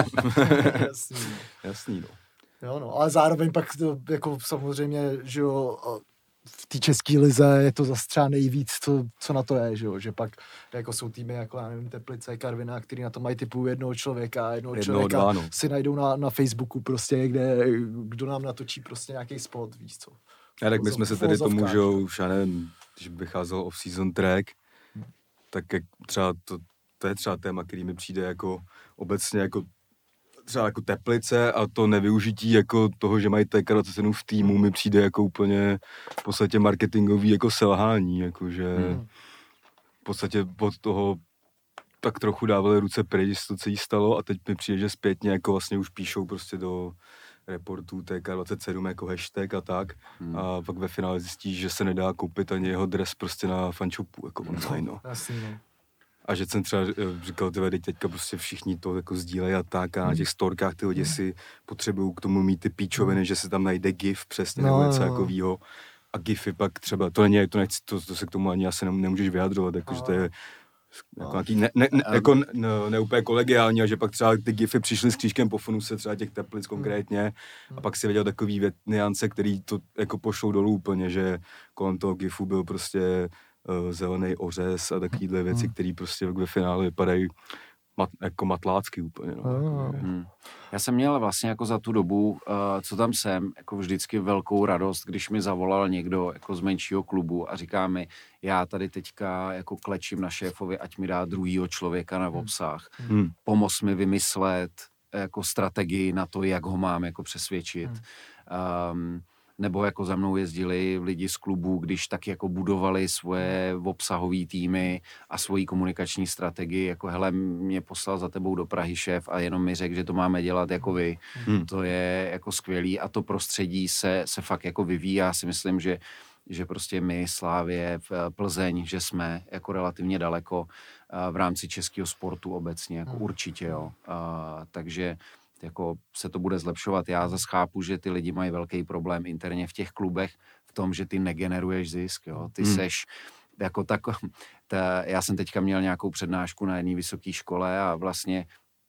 jasný, no. Jo, no, ale zároveň pak to, jako samozřejmě, že jo, v té české lize je to zase třeba nejvíc, co na to je, že pak jako jsou týmy jako, já nevím, Teplice, Karviná, který na to mají typu jednoho člověka si najdou na Facebooku prostě, kdo nám natočí prostě nějaký spot, víš co. A tak my jsme se tady tomu, že už já nevím, když vycházel off-season track, tak jak třeba to je třeba téma, který mi přijde jako obecně jako třeba jako Teplice a to nevyužití jako toho, že mají TK27 v týmu, mi přijde jako úplně v podstatě marketingový jako selhání, jakože v podstatě od toho tak trochu dávali ruce pryč, to celý stalo a teď mi přijde, že zpětně jako vlastně už píšou prostě do reportů TK27 jako hashtag a tak a pak ve finále zjistíš, že se nedá koupit ani jeho dres prostě na fanshopu jako online, no. A že jsem třeba říkal, teďka prostě všichni to jako sdílejí a tak a na těch storkách ty lidi si potřebují k tomu mít ty píčoviny, že se tam najde gif přesně nebo něco takovýho. A gify pak třeba, to se k tomu ani asi nemůžeš vyjadřovat, jakože to je jako nějaký ne úplně kolegiální, a že pak třeba ty gify přišly s křížkem po funuse třeba těch Teplic konkrétně a pak si viděl takový niance, který to jako pošlou dolů úplně, že kolem toho gifu byl prostě zelený ořez a takovýhle věci, které prostě ve finále vypadají jako matlácky úplně. No. Já jsem měl vlastně jako za tu dobu, co tam jsem, jako vždycky velkou radost, když mi zavolal někdo jako z menšího klubu a říká mi, já tady teďka jako klečím na šéfovi, ať mi dá druhýho člověka na obsah. Pomoz mi vymyslet jako strategii na to, jak ho mám jako přesvědčit. Nebo jako za mnou jezdili lidi z klubů, když tak jako budovali svoje obsahové týmy a svoji komunikační strategii, jako hele, mě poslal za tebou do Prahy šéf a jenom mi řekl, že to máme dělat jako vy. To je jako skvělý a to prostředí se fakt jako vyvíjí. Já si myslím, že prostě my, Slávě, Plzeň, že jsme jako relativně daleko v rámci českého sportu obecně, jako určitě, jo. Takže jako se to bude zlepšovat. Já zase chápu, že ty lidi mají velký problém interně v těch klubech v tom, že ty negeneruješ zisk, jo. Ty seš jako já jsem teďka měl nějakou přednášku na jedné vysoké škole a vlastně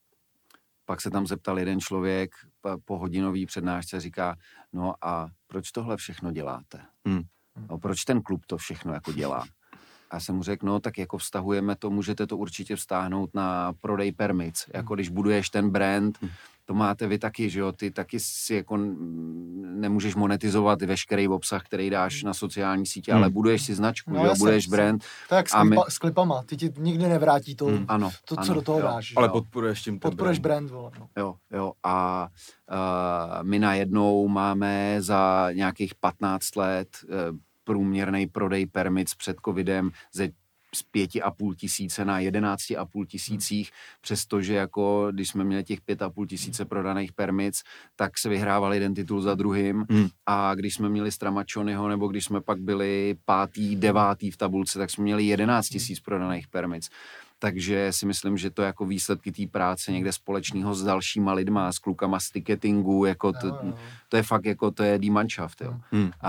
pak se tam zeptal jeden člověk po hodinové přednášce, říká, no a proč tohle všechno děláte? No, proč ten klub to všechno jako dělá? A jsem mu řekl, no tak jako vztahujeme to, můžete to určitě vztáhnout na prodej permic, jako když buduješ ten brand, to máte vy taky, že jo, ty taky si jako nemůžeš monetizovat veškerý obsah, který dáš na sociální sítě, ale buduješ si značku, jo, buduješ brand. Tak s klipama, ty ti nikdy nevrátí to, co do toho dáš. Ale podporuješ tím podporuješ brand, vole. No. Jo, a my najednou máme za nějakých 15 let průměrný prodej permic před covidem z 5,5 tisíce na 11,5 tisících, přestože jako když jsme měli těch 5,5 tisíce prodaných permic, tak se vyhrával jeden titul za druhým a když jsme měli Stramačonyho, nebo když jsme pak byli 5., 9. v tabulce, tak jsme měli 11 tisíc prodaných permic. Takže si myslím, že to jako výsledky té práce někde společného s dalšíma lidma, s klukama z ticketingu, jako to je fakt jako, to je die Mannschaft, jo.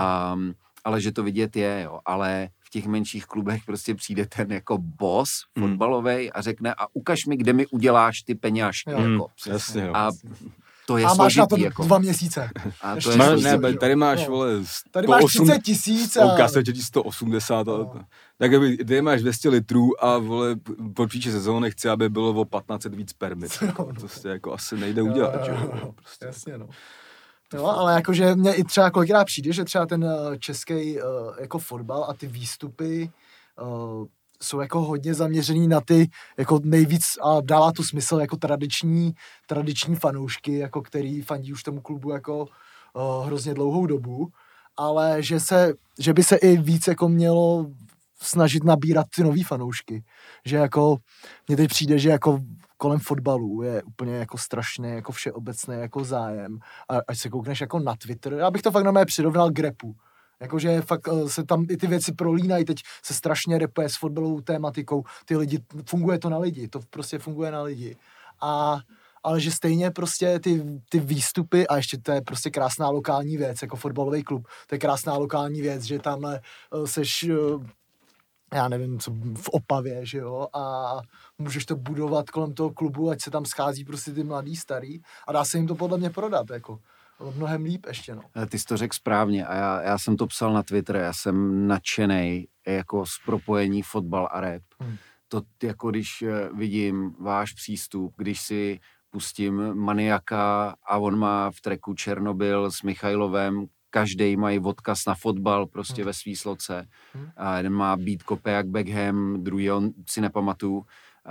Ale že to vidět je, jo, ale v těch menších klubech prostě přijde ten jako boss fotbalovej a řekne a ukaž mi, kde mi uděláš ty peněž. Jako. Jasně, a to je a máš na to jako 2 měsíce. A to je tady máš, vole, tady máš 30 tisíc a... Ukáže ti 180. Tak tady máš 200 litrů a vole, po příští sezóně chci, aby bylo o 1500 víc permit. To se jako asi nejde udělat. Prostě. Jasně, no. Jo, ale jakože mě i třeba kolikrát přijde, že třeba ten český jako fotbal a ty výstupy jsou jako hodně zaměřený na ty jako nejvíc a dává to smysl jako tradiční fanoušky, jako který fandí už tomu klubu jako hrozně dlouhou dobu, ale že by se i víc jako mělo snažit nabírat ty nový fanoušky. Že jako mně teď přijde, že jako kolem fotbalu je úplně jako strašný, jako všeobecný jako zájem. A až se koukneš jako na Twitter, já bych to fakt na mě přirovnal k rapu. Jakože fakt se tam i ty věci prolínají, teď se strašně rapuje s fotbalovou tématikou, ty lidi, funguje to na lidi, to prostě funguje na lidi. Ale že stejně prostě ty výstupy, a ještě to je prostě krásná lokální věc, jako fotbalový klub, to je krásná lokální věc, že tamhle seš, já nevím, co v Opavě, že jo, a můžeš to budovat kolem toho klubu, ať se tam schází prostě ty mladý, starý a dá se jim to podle mě prodat, jako. Mnohem líp ještě, no. Ty jsi to řekl správně a já jsem to psal na Twitter, já jsem nadšenej jako z propojení fotbal a rap. To jako když vidím váš přístup, když si pustím Maniaka a on má v tracku Černobyl s Michajlovem, každej mají odkaz na fotbal prostě ve svý sloce. A jeden má beat kope jak Beckham, druhý on si nepamatuju.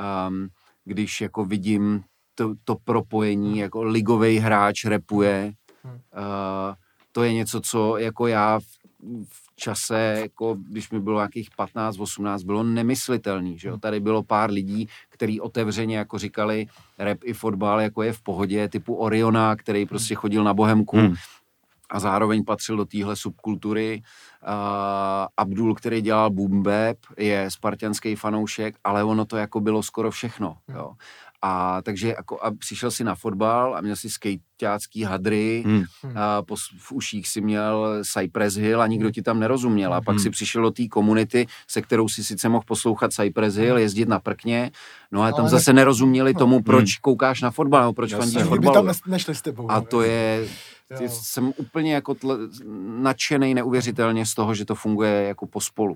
Když jako vidím to propojení, jako ligovej hráč rapuje, to je něco, co jako já v čase, jako když mi bylo nějakých 15, 18, bylo nemyslitelný, že jo? Tady bylo pár lidí, kteří otevřeně jako říkali, rap i fotbal jako je v pohodě, typu Oriona, který prostě chodil na Bohemku a zároveň patřil do téhle subkultury. Abdul, který dělal boom bap, je spartanský fanoušek, ale ono to jako bylo skoro všechno, jo? A takže jako a přišel si na fotbal a měl si skejťácký hadry, a v uších si měl Cypress Hill a nikdo ti tam nerozuměl. A pak si přišel do té komunity, se kterou si sice mohl poslouchat Cypress Hill, jezdit na prkně, no a tam zase nerozuměli tomu, proč koukáš na fotbal, nebo proč fandíš fotbalu. Tam nešli s tebou. A to je... Jsem úplně jako nadšenej neuvěřitelně z toho, že to funguje jako pospolu.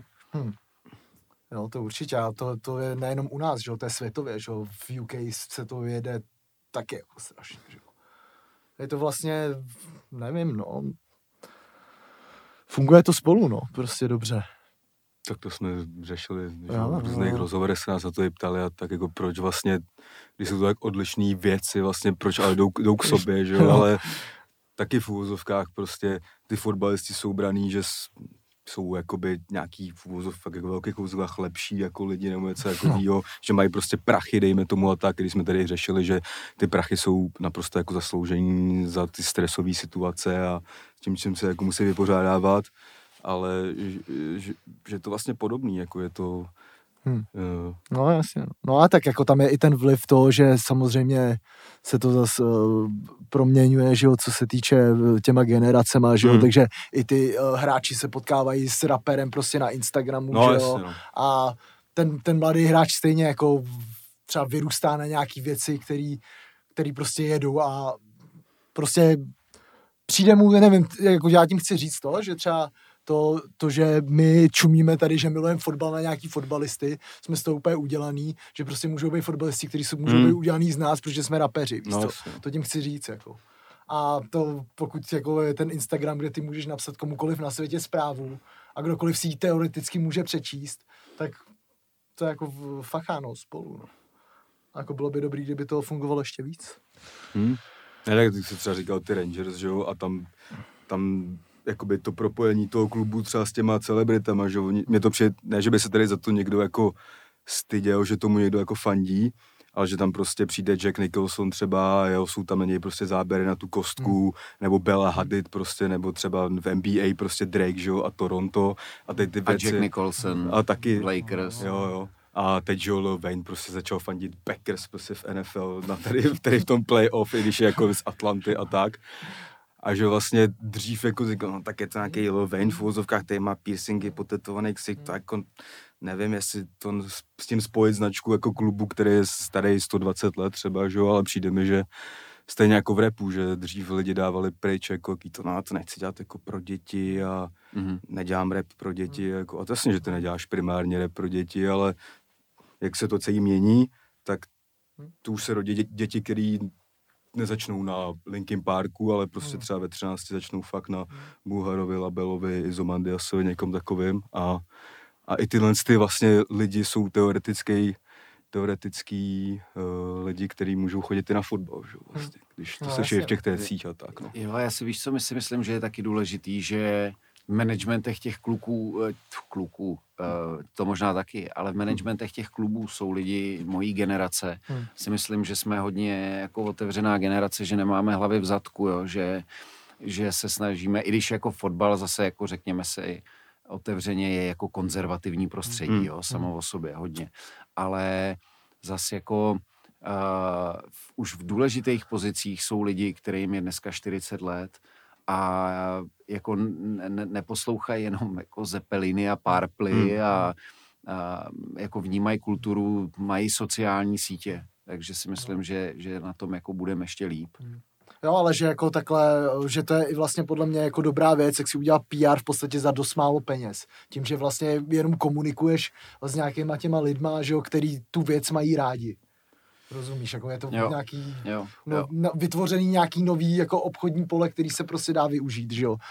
Jo, to určitě, a to je nejenom u nás, že jo, to je světově, že jo, v UK se to jede taky jako strašně, že jo. Je to vlastně, nevím, no, funguje to spolu, no, prostě dobře. Tak to jsme řešili, že v různých rozhovorech se nás na to i ptali a tak jako proč vlastně, když jsou to tak odlišné věci, vlastně proč ale jdou k sobě, že jo, ale taky v úvozovkách prostě ty fotbalisti jsou braný, že jsou jakoby nějaký v úvozovkách jako velkých úvozovkách lepší jako lidi nebo něco jako že mají prostě prachy, dejme tomu a tak, když jsme tady řešili, že ty prachy jsou naprosto jako zasloužení za ty stresové situace a s tím, čím se jako musí vypořádávat, ale že to vlastně podobný, jako je to... No jasně. No a tak jako tam je i ten vliv toho, že samozřejmě se to zase proměňuje, že jo, co se týče těma generacema, že jo, takže i ty hráči se potkávají s raperem prostě na Instagramu, že jo, jasně, no. A ten mladý hráč stejně jako třeba vyrůstá na nějaký věci, který prostě jedou a prostě přijde mu, nevím, jako já tím chci říct to, že třeba to, že my čumíme tady, že milujeme fotbal na nějaký fotbalisty, jsme z toho úplně udělaný, že prostě můžou být fotbalisti, kteří jsou můžou být udělaný z nás, protože jsme rapeři, víš to tím chci říct, jako. A to pokud jako je ten Instagram, kde ty můžeš napsat komukoliv na světě zprávu a kdokoliv si ji teoreticky může přečíst, tak to je jako facháno spolu, no. A jako bylo by dobrý, kdyby to fungovalo ještě víc. Ne, tak ty jsi třeba říkal ty Rangers, že jo, a tam jakoby to propojení toho klubu třeba s těma celebritama, že mě to přijde, ne, že by se tady za to někdo jako styděl, že tomu někdo jako fandí, ale že tam prostě přijde Jack Nicholson třeba, jo, jsou tam na něj prostě záběry na tu kostku, nebo Bella Hadid prostě, nebo třeba v NBA prostě Drake, že jo, a Toronto, a teď ty věci. A Jack Nicholson, a taky, Lakers. Jo. A teď Joel Wayne prostě začal fandit Packers prostě v NFL, tady v tom playoff, i když je jako z Atlanty a tak. A že vlastně dřív jako říkal, no tak je to nějaký Lil Wayne v uvozovkách, který má piercingy, potetovaný ksik, to jako nevím, jestli to s tím spojit značku jako klubu, který je starý 120 let třeba, že jo, ale přijde mi, že stejně jako v rapu, že dřív lidi dávali pryč, jako to nechci dělat jako pro děti a nedělám rap pro děti, jako, a to jasně, že ty neděláš primárně rap pro děti, ale jak se to celý mění, tak tu už se rodí děti, který nezačnou na Linkin Parku, ale prostě třeba ve 13 začnou fakt na Bulharovi, Labelovi, Izomandiasovi, někom takovým a i tyhle ty vlastně lidi jsou teoretický lidi, kteří můžou chodit i na fotbal, že vlastně, když to se šije v těch técích a tak, no. Jo, já si víš, co si myslím, že je taky důležitý, že v managementech těch kluků, to možná taky, ale v managementech těch klubů jsou lidi mojí generace. Si myslím, že jsme hodně jako otevřená generace, že nemáme hlavy v zadku, jo, že se snažíme, i když jako fotbal zase, jako řekněme si, otevřeně je jako konzervativní prostředí, jo, samo o sobě hodně. Ale zase jako už v důležitých pozicích jsou lidi, kterým je dneska 40 let a jako neposlouchají jenom jako Zeppeliny a Purply a jako vnímají kulturu, mají sociální sítě. Takže si myslím, že na tom jako budeme ještě líp. Jo, ale že jako takhle, že to je i vlastně podle mě jako dobrá věc, jak si udělat PR v podstatě za dost málo peněz. Tím, že vlastně jenom komunikuješ s nějakýma těma lidma, že jo, který tu věc mají rádi. Rozumíš, jako je to nějaký vytvořený nějaký nový jako obchodní pole, který se prostě dá využít, že jo.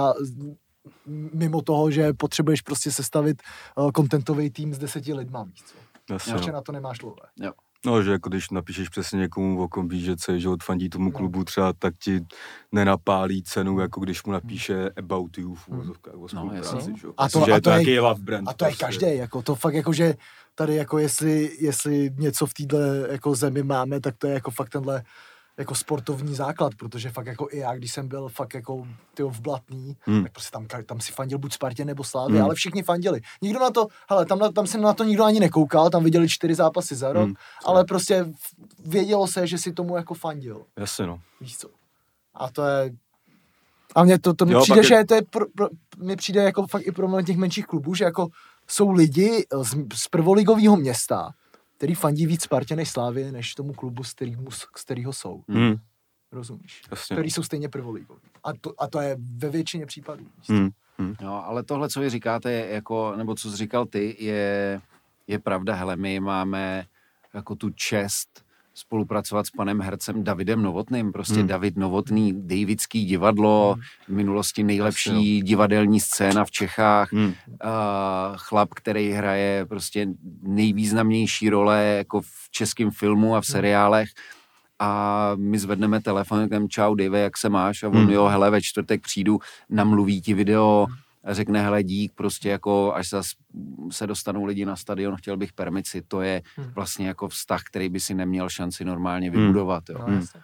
Mimo toho, že potřebuješ prostě sestavit contentový tým s 10 lidma, víš co. Ještě na to nemáš dlouhé. Jo. No, že jako když napíšeš přesně někomu o kom víš, že celý život fandí tomu klubu třeba, tak ti nenapálí cenu, jako když mu napíše About You v úvozovkách o spolupráci, že jo. A to je taky love brand. A to je každý, jako to fakt jako, že tady jako jestli něco v této jako zemi máme, tak to je jako fakt tenhle jako sportovní základ, protože fakt jako i já, když jsem byl fakt jako v Blatný, tak prostě tam si fandil buď Spartě nebo Slávě, ale všichni fandili. Nikdo na to, hele, tam se na to nikdo ani nekoukal, tam viděli 4 zápasy za rok, ale prostě vědělo se, že si tomu jako fandil. Jasně, no. Víš co? A to je... A mně to mi přijde, že to je mi přijde jako fakt i problém těch menších klubů, že jako jsou lidi z prvoligového města, který fandí víc Spartě než Slávě, než tomu klubu, z kterého jsou. Rozumíš? Jasně. Který jsou stejně prvoligoví. A to je ve většině případů. No, ale tohle, co vy říkáte, jako, nebo co jsi říkal ty, je pravda. Hele, my máme jako tu čest spolupracovat s panem hercem Davidem Novotným. Prostě David Novotný, Davidský divadlo, v minulosti nejlepší divadelní scéna v Čechách. Chlap, který hraje prostě nejvýznamnější role jako v českém filmu a v seriálech. A my zvedneme telefon, říkám, čau Dave, jak se máš? A on, jo, hele, ve čtvrtek přijdu, namluví ti video, a řekne, hele, dík, prostě jako, až se dostanou lidi na stadion, chtěl bych permici, to je vlastně jako vztah, který by si neměl šanci normálně vybudovat, jo.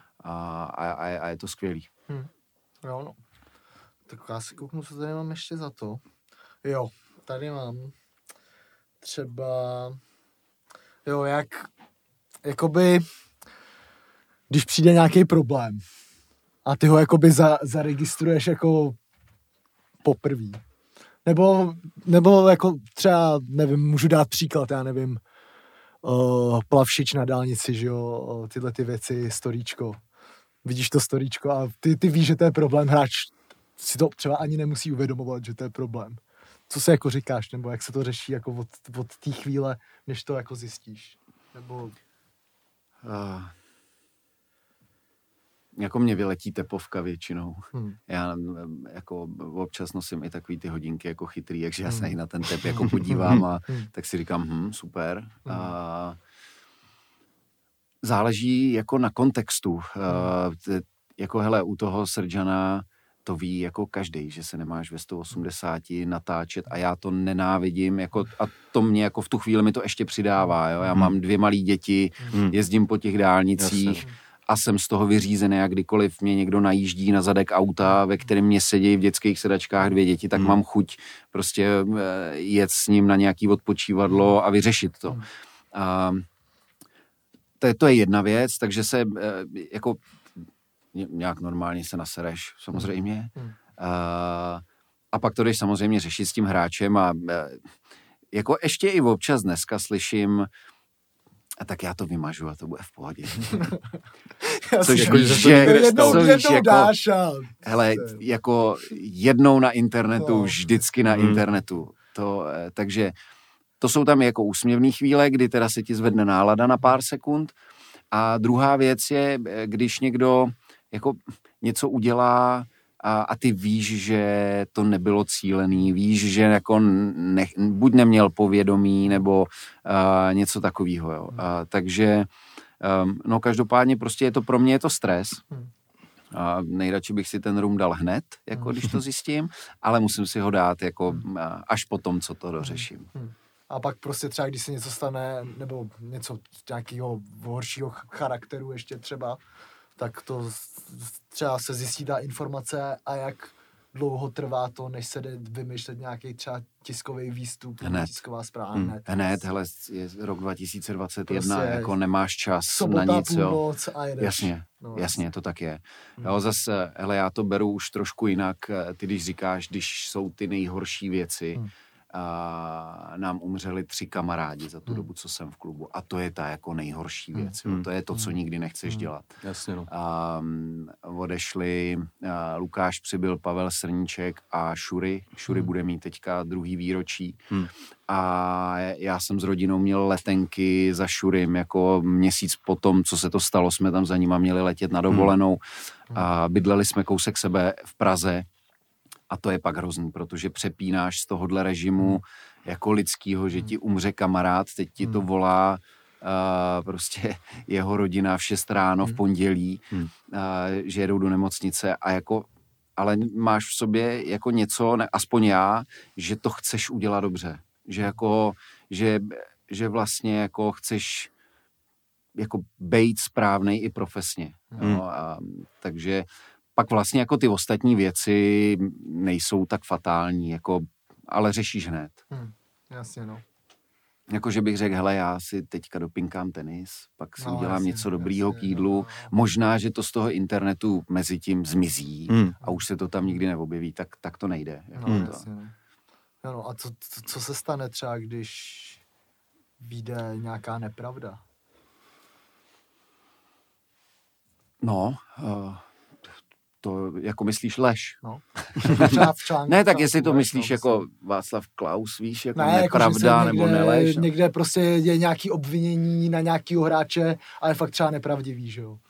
A je to skvělý. Jo, no. Tak já si kouknu, co tady mám ještě za to. Jo, tady mám třeba, jo, jakoby, když přijde nějaký problém a ty ho jakoby zaregistruješ jako poprvý. Nebo jako třeba, nevím, můžu dát příklad, já nevím, plavšič na dálnici, že jo, tyhle ty věci, storíčko. Vidíš to storíčko a ty víš, že to je problém, hráč si to třeba ani nemusí uvědomovat, že to je problém. Co se jako říkáš, nebo jak se to řeší jako od té chvíle, než to jako zjistíš? Nebo... Jako mě vyletí tepovka většinou. Já jako občas nosím i takový ty hodinky jako chytrý, takže já se na ten tep jako podívám a tak si říkám, super. Záleží jako na kontextu. Jako hele, u toho Srdjana to ví jako každej, že se nemáš ve 180 natáčet a já to nenávidím, jako, a to mě jako v tu chvíli mi to ještě přidává, jo? Já mám 2 malý děti, jezdím po těch dálnicích, a jsem z toho vyřízený, a kdykoliv mě někdo najíždí na zadek auta, ve kterém mě sedí v dětských sedačkách 2 děti, tak mám chuť prostě jet s ním na nějaký odpočívadlo a vyřešit to. To je jedna věc, takže se jako nějak normálně se nasereš, samozřejmě. A pak to jdeš samozřejmě řešit s tím hráčem a jako ještě i občas dneska slyším, a tak já to vymažu a to bude v pohodě. Což víš, že jednou dáš. Hele, jako jednou na internetu, vždycky na internetu. Takže to jsou tam jako úsměvné chvíle, kdy teda se ti zvedne nálada na pár sekund, A druhá věc je, když někdo jako něco udělá a ty víš, že to nebylo cílený, víš, že jako buď neměl povědomí, nebo něco takového. Jo. Takže no každopádně prostě je to pro mě je to stres. A nejradši bych si ten rum dal hned, jako když to zjistím, ale musím si ho dát jako až po tom, co to dořeším. A pak prostě třeba, když se něco stane, nebo něco nějakého horšího charakteru ještě třeba, tak to třeba se zjistí ta informace a jak dlouho trvá to, než se jde vymýšlet nějaký třeba tiskový výstup, tisková zpráva hned, hele, je rok 2021, prostě jako nemáš čas sobota, na nic, půlnoc a jedeš. Jasně, to tak je. Jo, zase, hele, já to beru už trošku jinak, ty když říkáš, když jsou ty nejhorší věci, nám umřeli 3 kamarádi za tu dobu, co jsem v klubu. A to je ta jako nejhorší věc. To je to, co nikdy nechceš dělat. Jasně, no. Odešli Lukáš Přibyl, Pavel Srníček a Šury. Šury bude mít teďka 2. výročí. A já jsem s rodinou měl letenky za Šurym. Jako měsíc potom, co se to stalo, jsme tam za nima měli letět na dovolenou. A bydleli jsme kousek sebe v Praze. A to je pak hrozný, protože přepínáš z tohohle režimu jako lidskýho, že ti umře kamarád, teď ti to volá prostě jeho rodina v 6 ráno v pondělí, že jedou do nemocnice a jako, ale máš v sobě jako něco, aspoň já, že to chceš udělat dobře. Že jako, že vlastně jako chceš jako bejt správnej i profesně. Jo, takže pak vlastně jako ty ostatní věci nejsou tak fatální, jako, ale řešíš hned. Jasně, no. Jakože bych řekl, hele, já si teďka dopinkám tenis, pak si udělám něco dobrýho k jídlu. Možná, že to z toho internetu mezi tím zmizí a už se to tam nikdy neobjeví, tak to nejde. Jako no, jasně, no. No, a co se stane třeba, když vyjde nějaká nepravda? No, to jako myslíš lež. No. Ne, tak jestli to myslíš jako Václav Klaus, víš, jako nepravda jako, nebo nelež. Někde prostě je nějaký obvinění na nějakýho hráče, ale fakt třeba nepravdivý, že jo?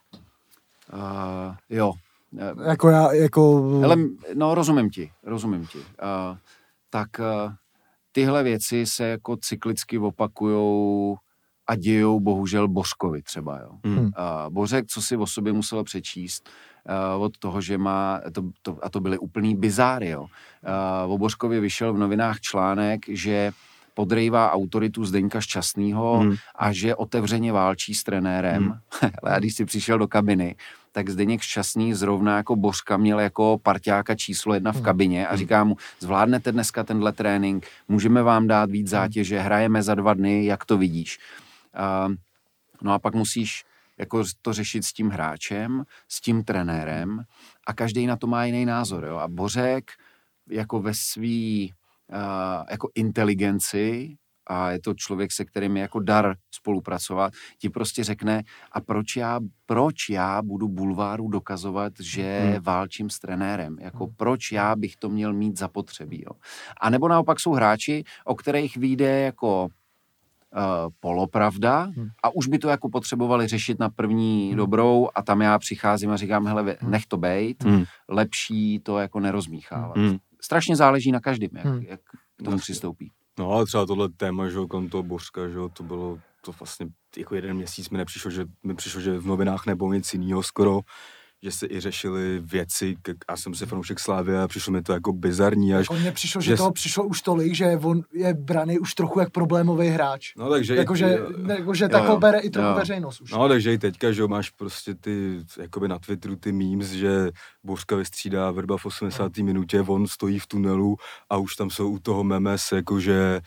Jo. Hele, no, rozumím ti. Tak tyhle věci se jako cyklicky opakujou a dějou bohužel Bořkovi třeba, jo. Bořek, co si o sobě musel přečíst, od toho, že má, a to byly úplný bizáry, jo. O Bořkovi vyšel v novinách článek, že podrývá autoritu Zdeňka Šťastnýho a že otevřeně válčí s trenérem. A když si přišel do kabiny, tak Zdeněk Šťastný zrovna jako Bořka měl jako parťáka číslo 1 v kabině a říká mu, zvládnete dneska tenhle trénink, můžeme vám dát víc zátěže, hrajeme za 2 dny, jak to vidíš. No a pak musíš jako to řešit s tím hráčem, s tím trenérem a každý na to má jiný názor. Jo? A Bořek jako ve svý jako inteligenci, a je to člověk, se kterým je jako dar spolupracovat, ti prostě řekne, a proč já budu bulváru dokazovat, že válčím s trenérem? Jako proč já bych to měl mít zapotřebí? Jo? A nebo naopak jsou hráči, o kterých vyjde jako polopravda a už by to jako potřebovali řešit na první dobrou a tam já přicházím a říkám, hele, nech to bejt, lepší to jako nerozmíchávat. Strašně záleží na každém, jak k tomu přistoupí. No ale třeba tohle téma, že kolem toho Bořka, že to bylo, to vlastně jako 1 měsíc mi přišlo, že v novinách nebo nic jiného skoro, že se i řešily věci, já jsem se fanoušek Slávy a přišlo mi to jako bizarní. Až, mně přišlo, že toho přišlo už tolik, že on je braný už trochu jak problémový hráč. No takže... Jakože takhle bere i trochu veřejnost už. No takže i teďka, že máš prostě ty, jakoby na Twitteru ty memes, že Bořka vystřídá Vrba v 80. minutě, on stojí v tunelu a už tam jsou u toho memes, jakože...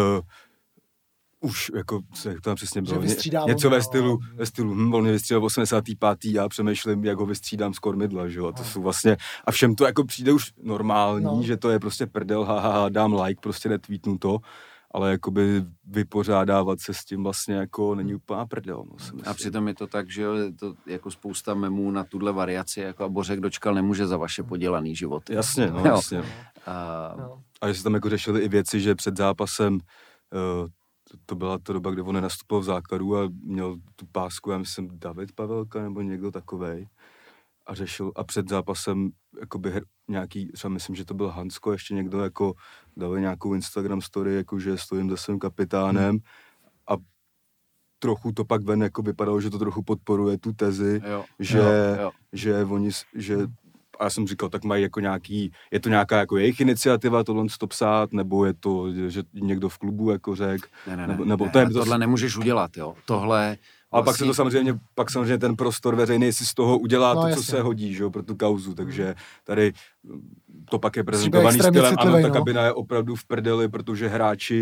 už, jako, jak to tam přesně bylo, něco ve stylu, on mě vystřídal v 85. já přemýšlím, jak ho vystřídám z kormidla, že jo, to jsou vlastně, a všem to jako přijde už normální, že to je prostě prdel, dám like, prostě netweetnu to, ale jakoby vypořádávat se s tím vlastně jako není úplná prdel. No, a přitom je to tak, že je to jako spousta memů na tuhle variaci, jako a Bořek dočkal nemůže za vaše podělaný život. Jasně, no, jasně. A že se tam jako řešili i věci, že před zápasem to byla ta doba, kdy on nenastupoval v základu a měl tu pásku, já myslím David Pavelka nebo někdo takovej. A řešil, a před zápasem jakoby nějaký, třeba myslím, že to byl Hansko, ještě někdo jako dal nějakou Instagram story, jakože stojím za svým kapitánem a trochu to pak ven jako vypadalo, že to trochu podporuje tu tezi, že oni, že a já jsem říkal, tak mají jako nějaký, je to nějaká jako jejich iniciativa tohle to psát, nebo je to, že někdo v klubu jako řek, nebo tohle nemůžeš udělat, jo, tohle. Ale vlastně... pak samozřejmě ten prostor veřejný si z toho udělá to, co se hodí, že jo, pro tu kauzu, takže tady to pak je prezentovaný stylem, ano, ta kabina je opravdu v prdeli, protože hráči...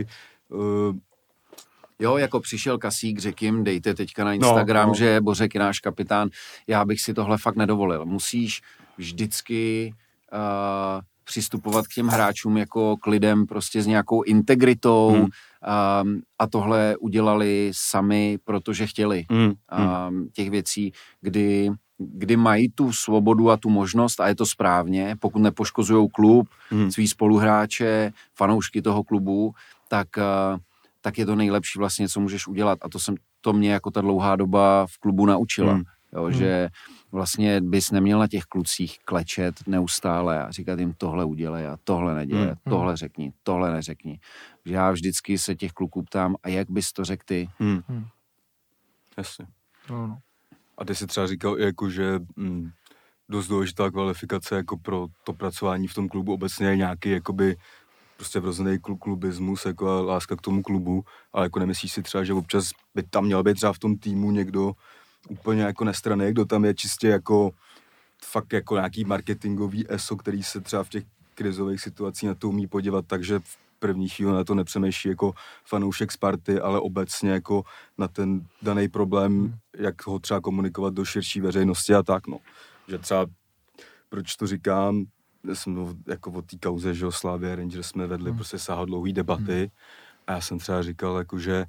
Jo, jako přišel Kasík, řekl jim, dejte teďka na Instagram, že Bořek je náš kapitán, já bych si tohle fakt nedovolil. Musíš vždycky přistupovat k těm hráčům jako k lidem prostě s nějakou integritou a tohle udělali sami, protože chtěli. Těch věcí, kdy mají tu svobodu a tu možnost a je to správně, pokud nepoškozujou klub, svý spoluhráče, fanoušky toho klubu, tak je to nejlepší vlastně, co můžeš udělat. A to mě jako ta dlouhá doba v klubu naučila. Jo, že vlastně bys neměl na těch klucích klečet neustále a říkat jim tohle udělej a tohle nedělej, tohle řekni, tohle neřekni. Že já vždycky se těch kluků ptám, a jak bys to řekl ty? Jasně. A ty jsi třeba říkal, jako, že dost důležitá kvalifikace jako pro to pracování v tom klubu obecně je nějaký jakoby prostě vrozený klubismus, jako láska k tomu klubu, ale jako nemyslíš si třeba, že občas by tam měl být třeba v tom týmu někdo úplně jako nestranný, kdo tam je čistě jako fakt jako nějaký marketingový ESO, který se třeba v těch krizových situacích na to umí podívat, takže v první chvíli na to nepřemýšlí jako fanoušek Sparty, ale obecně jako na ten daný problém, jak ho třeba komunikovat do širší veřejnosti a tak, no. Že třeba, proč to říkám, jsme jako o té kauze, že o Slavie Rangers jsme vedli prostě sáhodlouhý debaty a já jsem třeba říkal, jako, že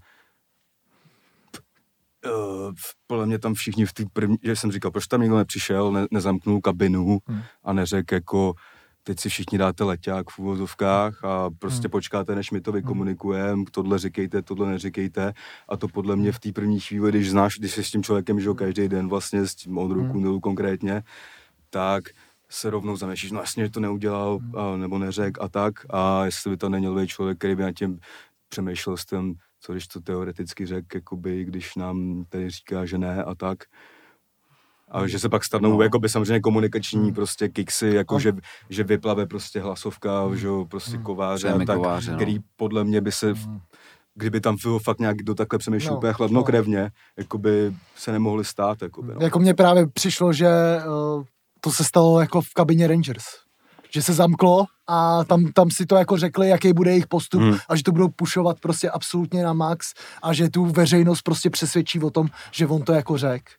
podle mě tam všichni v té první, že jsem říkal, proč tam někdo nepřišel, nezamknul kabinu a neřekl jako, teď si všichni dáte leťák v uvozovkách a prostě počkáte, než my to vykomunikujeme, tohle říkejte, tohle neříkejte a to podle mě v té první chvíli, když jsi s tím člověkem, že každý den vlastně s tím Ondrou Kundelu konkrétně, tak se rovnou zamešíš, no jasně, že to neudělal nebo neřek a tak a jestli by to neměl být člověk, který by nad tím přemýšlel s tím, co když to teoreticky řek, jakoby, když nám tady říká, že ne a tak. A že se pak stanou jakoby samozřejmě komunikační prostě kiksy, jako že vyplave prostě hlasovka, že prostě kováře a tak, který podle mě by se, kdyby tam bylo fakt nějak kdo takhle přemýšlel úplně chladnokrevně, jakoby se nemohli stát. Jakoby, no. Jako mně právě přišlo, že to se stalo jako v kabině Rangers. Že se zamklo a tam si to jako řekli, jaký bude jejich postup a že to budou pušovat prostě absolutně na max a že tu veřejnost prostě přesvědčí o tom, že on to jako řek.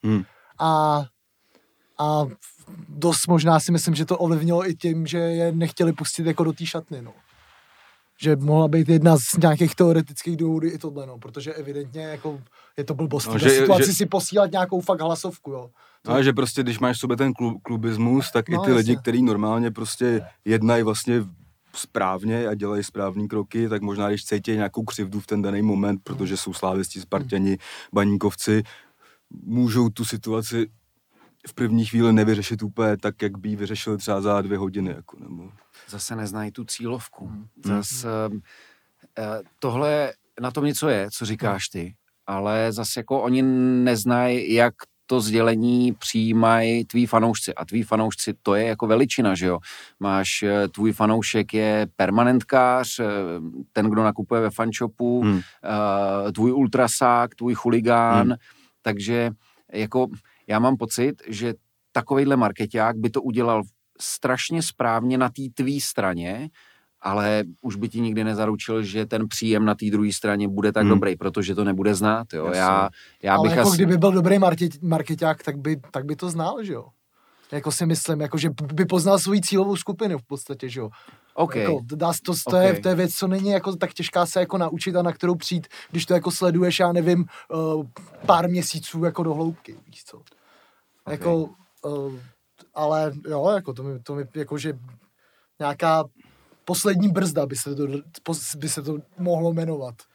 A dost možná si myslím, že to ovlivnilo i tím, že je nechtěli pustit jako do té šatny, no. Že mohla být jedna z nějakých teoretických důvodů i tohle, no, protože evidentně jako je to blbost. No, situaci si posílat nějakou fakt hlasovku, jo. No, že prostě, když máš v sobě ten klubismus, tak i ty lidi, kteří normálně prostě jednají vlastně správně a dělají správný kroky, tak možná, když cítí nějakou křivdu v ten daný moment, protože jsou slávisti, Sparťani, Baníkovci, můžou tu situaci v první chvíli nevyřešit úplně tak, jak by ji vyřešili třeba za 2 hodiny. Jako, nebo... Zase neznají tu cílovku. Zase tohle, na tom něco je, co říkáš ty, ale zase jako oni neznají, jak to sdělení přijímají tví fanoušci. A tví fanoušci, to je jako veličina, že jo. Máš, tvůj fanoušek je permanentkář, ten, kdo nakupuje ve fanshopu, tvůj ultrasák, tvůj chuligán, takže jako já mám pocit, že takovejhle markeťák by to udělal strašně správně na té tvý straně, ale už by ti nikdy nezaručil, že ten příjem na té druhé straně bude tak dobrý, protože to nebude znát, jo. Já ale bych jako kdyby byl dobrý markeťák, tak by to znal, že jo. Jako si myslím, jako že by poznal svoji cílovou skupinu v podstatě, že jo. Okay. Jako, to je věc, co není jako tak těžká se jako naučit a na kterou přijít, když to jako sleduješ, já nevím, pár měsíců jako do hloubky, víš co. Okay. Jako, ale jo, jako to mi jako, že nějaká poslední brzda by se to mohlo jmenovat.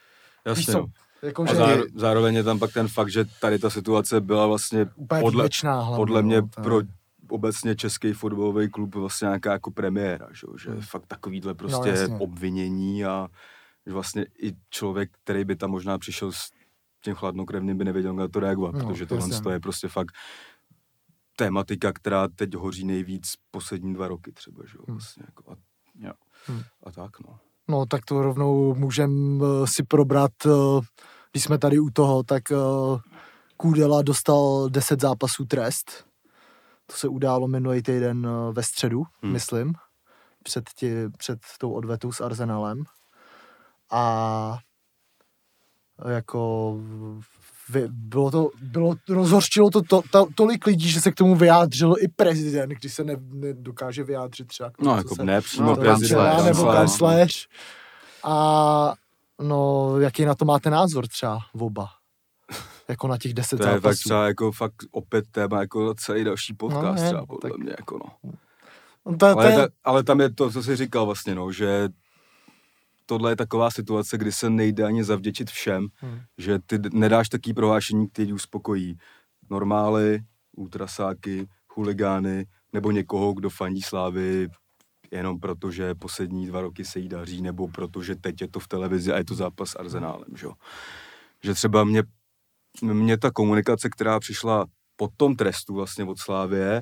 Jasně, jako, zároveň je tam pak ten fakt, že tady ta situace byla vlastně podle mě pro obecně český fotbalový klub vlastně nějaká jako premiéra, že fakt takovýhle prostě obvinění a že vlastně i člověk, který by tam možná přišel s tím chladnokrevným, by nevěděl na to reagovat, protože tohle je prostě fakt tématika, která teď hoří nejvíc poslední 2 roky třeba, že vlastně jako a tak, no. No, tak to rovnou můžeme si probrat, když jsme tady u toho, tak Kůdela dostal 10 zápasů trest. To se událo minulý týden ve středu, myslím, před tou odvetou s Arsenalem. A jako rozhořčilo to tolik lidí, že se k tomu vyjádřil i prezident, když se nedokáže vyjádřit třeba. No, jako ne přímo prezident, nebo kancléř. A no, jaký na to máte názor třeba oba? Jako na těch 10 zápasů. To je třeba jako fakt opět téma jako celý další podcast třeba podle mě, jako no. Ale tam je to, co jsi říkal vlastně, no, že tohle je taková situace, kdy se nejde ani zavděčit všem, že ty nedáš taký prohlášení, který uspokojí normály, ultrasáky, chuligány, nebo někoho, kdo fandí Slávy jenom proto, že poslední 2 roky se jí daří, nebo protože teď je to v televizi a je to zápas s Arsenálem, že třeba mě ta komunikace, která přišla po tom trestu vlastně od Slávie,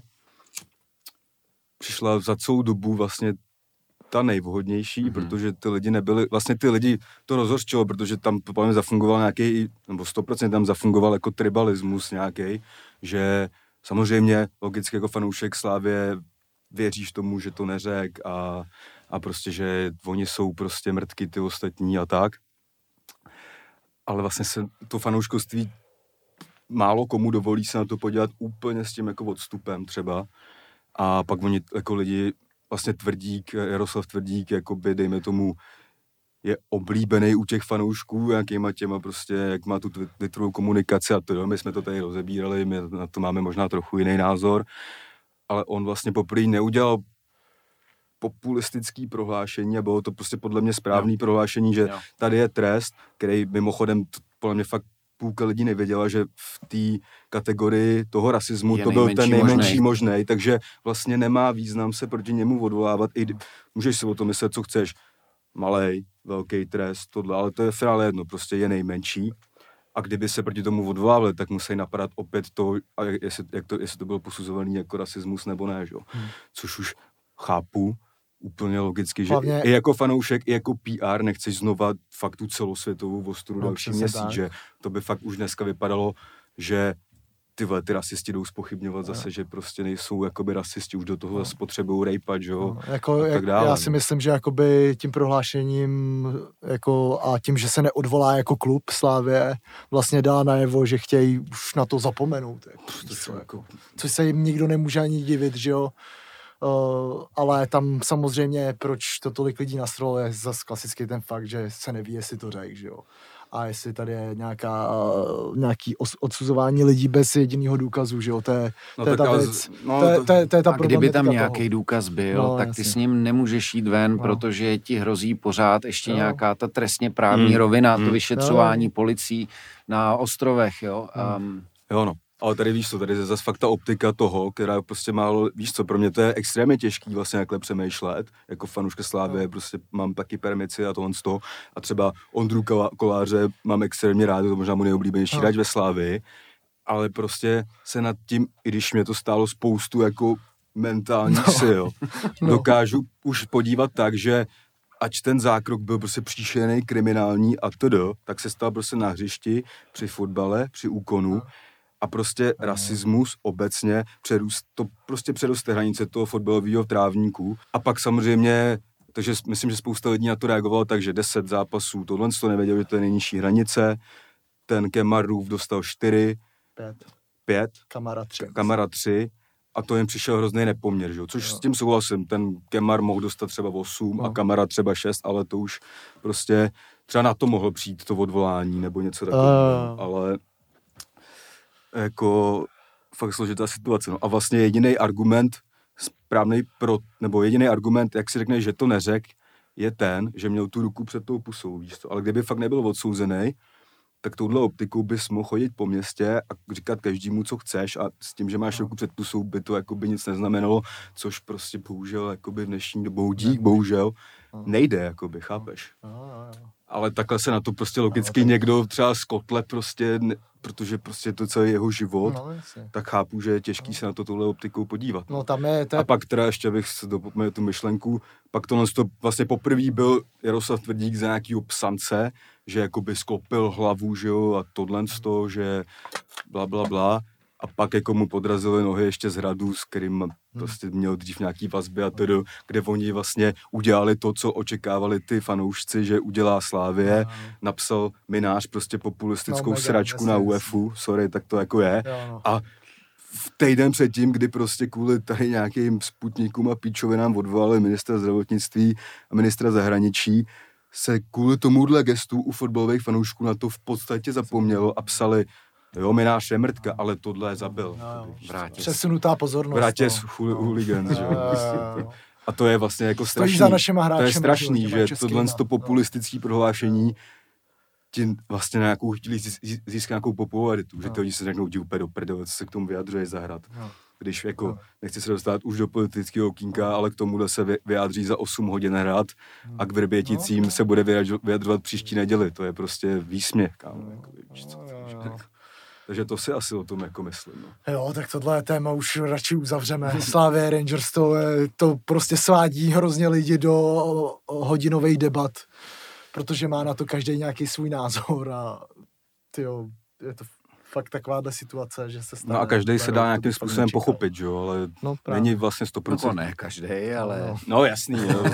přišla za celou dobu vlastně ta nejvhodnější, protože ty lidi nebyli, vlastně ty lidi to rozhořčilo, protože tam podle zafungoval nějaký, nebo 100% tam zafungoval jako tribalismus nějaký, že samozřejmě logicky jako fanoušek Slávie věříš tomu, že to neřek a prostě, že oni jsou prostě mrtky ty ostatní a tak. Ale vlastně se to fanouškovství málo komu dovolí se na to podívat úplně s tím jako odstupem třeba. A pak oni jako lidi vlastně Jaroslav Tvrdík, jakoby dejme tomu, je oblíbený u těch fanoušků, jakýma těma prostě, jak má tu twitterovou komunikaci a to, my jsme to tady rozebírali, my na to máme možná trochu jiný názor, ale on vlastně poprvé neudělal populistický prohlášení a bylo to prostě podle mě správný prohlášení, že tady je trest, který mimochodem podle mě fakt půlka lidí nevěděla, že v té kategorii toho rasismu to byl ten nejmenší možný, takže vlastně nemá význam se proti němu odvolávat, můžeš si o tom myslet, co chceš, malej, velký trest, tohle, ale to je finále jedno, prostě je nejmenší a kdyby se proti tomu odvolávali, tak musí napadat opět to, a jestli to bylo posuzovaný jako rasismus nebo ne, že? Což už chápu, úplně logicky, že i jako fanoušek, i jako PR nechceš znova fakt tu celosvětovou ostudu další měsíc, že to by fakt už dneska vypadalo, že ty rasisti jdou zpochybňovat zase, že prostě nejsou jakoby rasisti, už do toho zase potřebují rejpat, že jo, tak dále. Já si myslím, že jakoby tím prohlášením jako a tím, že se neodvolá jako klub Slávě, vlastně dá najevo, že chtějí už na to zapomenout. Což se jim nikdo nemůže ani divit, že jo. Ale tam samozřejmě, proč to tolik lidí nastralo, je zase klasický ten fakt, že se neví, jestli to řek, že jo. A jestli tady je nějaký odsuzování lidí bez jediného důkazu, že jo, to je ta věc, to je ta problematika. A kdyby tam nějaký důkaz byl, tak ty s ním nemůžeš jít ven, protože ti hrozí pořád ještě nějaká ta trestně právní rovina, to vyšetřování policií na ostrovech, jo. Jo, no. Ale tady víš co, tady je zase fakt ta optika toho, která prostě málo, víš co, pro mě to je extrémně těžký vlastně takhle přemýšlet, jako fanouška Slávie, prostě mám taky permici a tohle z toho a třeba Ondru Koláře mám extrémně rád, to možná mu nejoblíbenější hráč ve Slávii, ale prostě se nad tím, i když mě to stálo spoustu jako mentálních sil, dokážu už podívat tak, že ač ten zákrok byl prostě příšerný, kriminální a tak se stal prostě na hřišti, při fotbale, při úkonu, a prostě rasismus obecně přeroste hranice toho fotbalového trávníku. A pak samozřejmě, takže myslím, že spousta lidí na to reagovalo tak, že 10 zápasů, tohle to nevěděl, že to je nejnižší hranice. Ten Kemarův dostal 4, 5, Kamara 3 a to jim přišel hrozný nepoměr, že? Což s tím souhlasím. Ten Kemar mohl dostat třeba 8 a Kamara třeba 6, ale to už prostě třeba na to mohlo přijít to odvolání nebo něco takového, ale jako fakt složitá situace. No. A vlastně jediný argument správnej jediný argument, jak si řekne, že to neřek, je ten, že měl tu ruku před tou pusou, víš co? Ale kdyby fakt nebyl odsouzený, tak touhle optikou bys mohl chodit po městě a říkat každému, co chceš a s tím, že máš ruku před pusou, by to jakoby nic neznamenalo, což prostě bohužel jakoby v dnešní dobou bohužel nejde, jakoby, chápeš? Ale takhle se na to prostě logicky někdo třeba z kotle prostě, protože prostě to celý jeho život, tak chápu, že je těžký se na to touhle optikou podívat. No, tam je. A pak teda ještě abych se dopoměl tu myšlenku, pak to vlastně poprvé byl Jaroslav Tvrdík za nějakýho psance, že jakoby sklopil hlavu, že jo, a tohle z toho, že bla. A pak jako mu podrazili nohy ještě z Hradu, s kterým prostě měl dřív nějaký vazby a tedy, kde oni vlastně udělali to, co očekávali ty fanoušci, že udělá Slavie. Napsal Minář prostě populistickou sračku na UEFu, sorry, tak to jako je. A v týden předtím, kdy prostě kvůli tady nějakým Sputnikům a píčovinám odvolali ministra zdravotnictví a ministra zahraničí, se kvůli tomuhle gestu u fotbalových fanoušků na to v podstatě zapomnělo a psali, jo, Minář je mrtka, ale tohle zabil. Přesunutá pozornost. Vrátěz huligán, že jo. A to je vlastně jako strašný. To je strašný, že tohle populistické prohlášení ti vlastně na nějakou chvíli získá nějakou popularitu, že ty lidi se řeknou, jdi úplně do prdele, co se k tomu vyjadřuje za Hrad. Když jako nechci se dostat už do politického okýnka, ale k tomuhle se vyjádří za 8 hodin Hrad a k Vrběticím se bude vyjadřovat příští neděli. To je prostě výsměch, kámo. Takže to si asi o tom jako myslím. No. Jo, tak tohle téma už radši uzavřeme. Slavia Rangers to prostě svádí hrozně lidi do hodinových debat, protože má na to každý nějaký svůj názor a tyjo, je to fakt takováhle situace, že se stane. No a každý se dá nějakým způsobem pochopit, jo, ale není vlastně 100%. No ne každý, ale... No jasný, jo.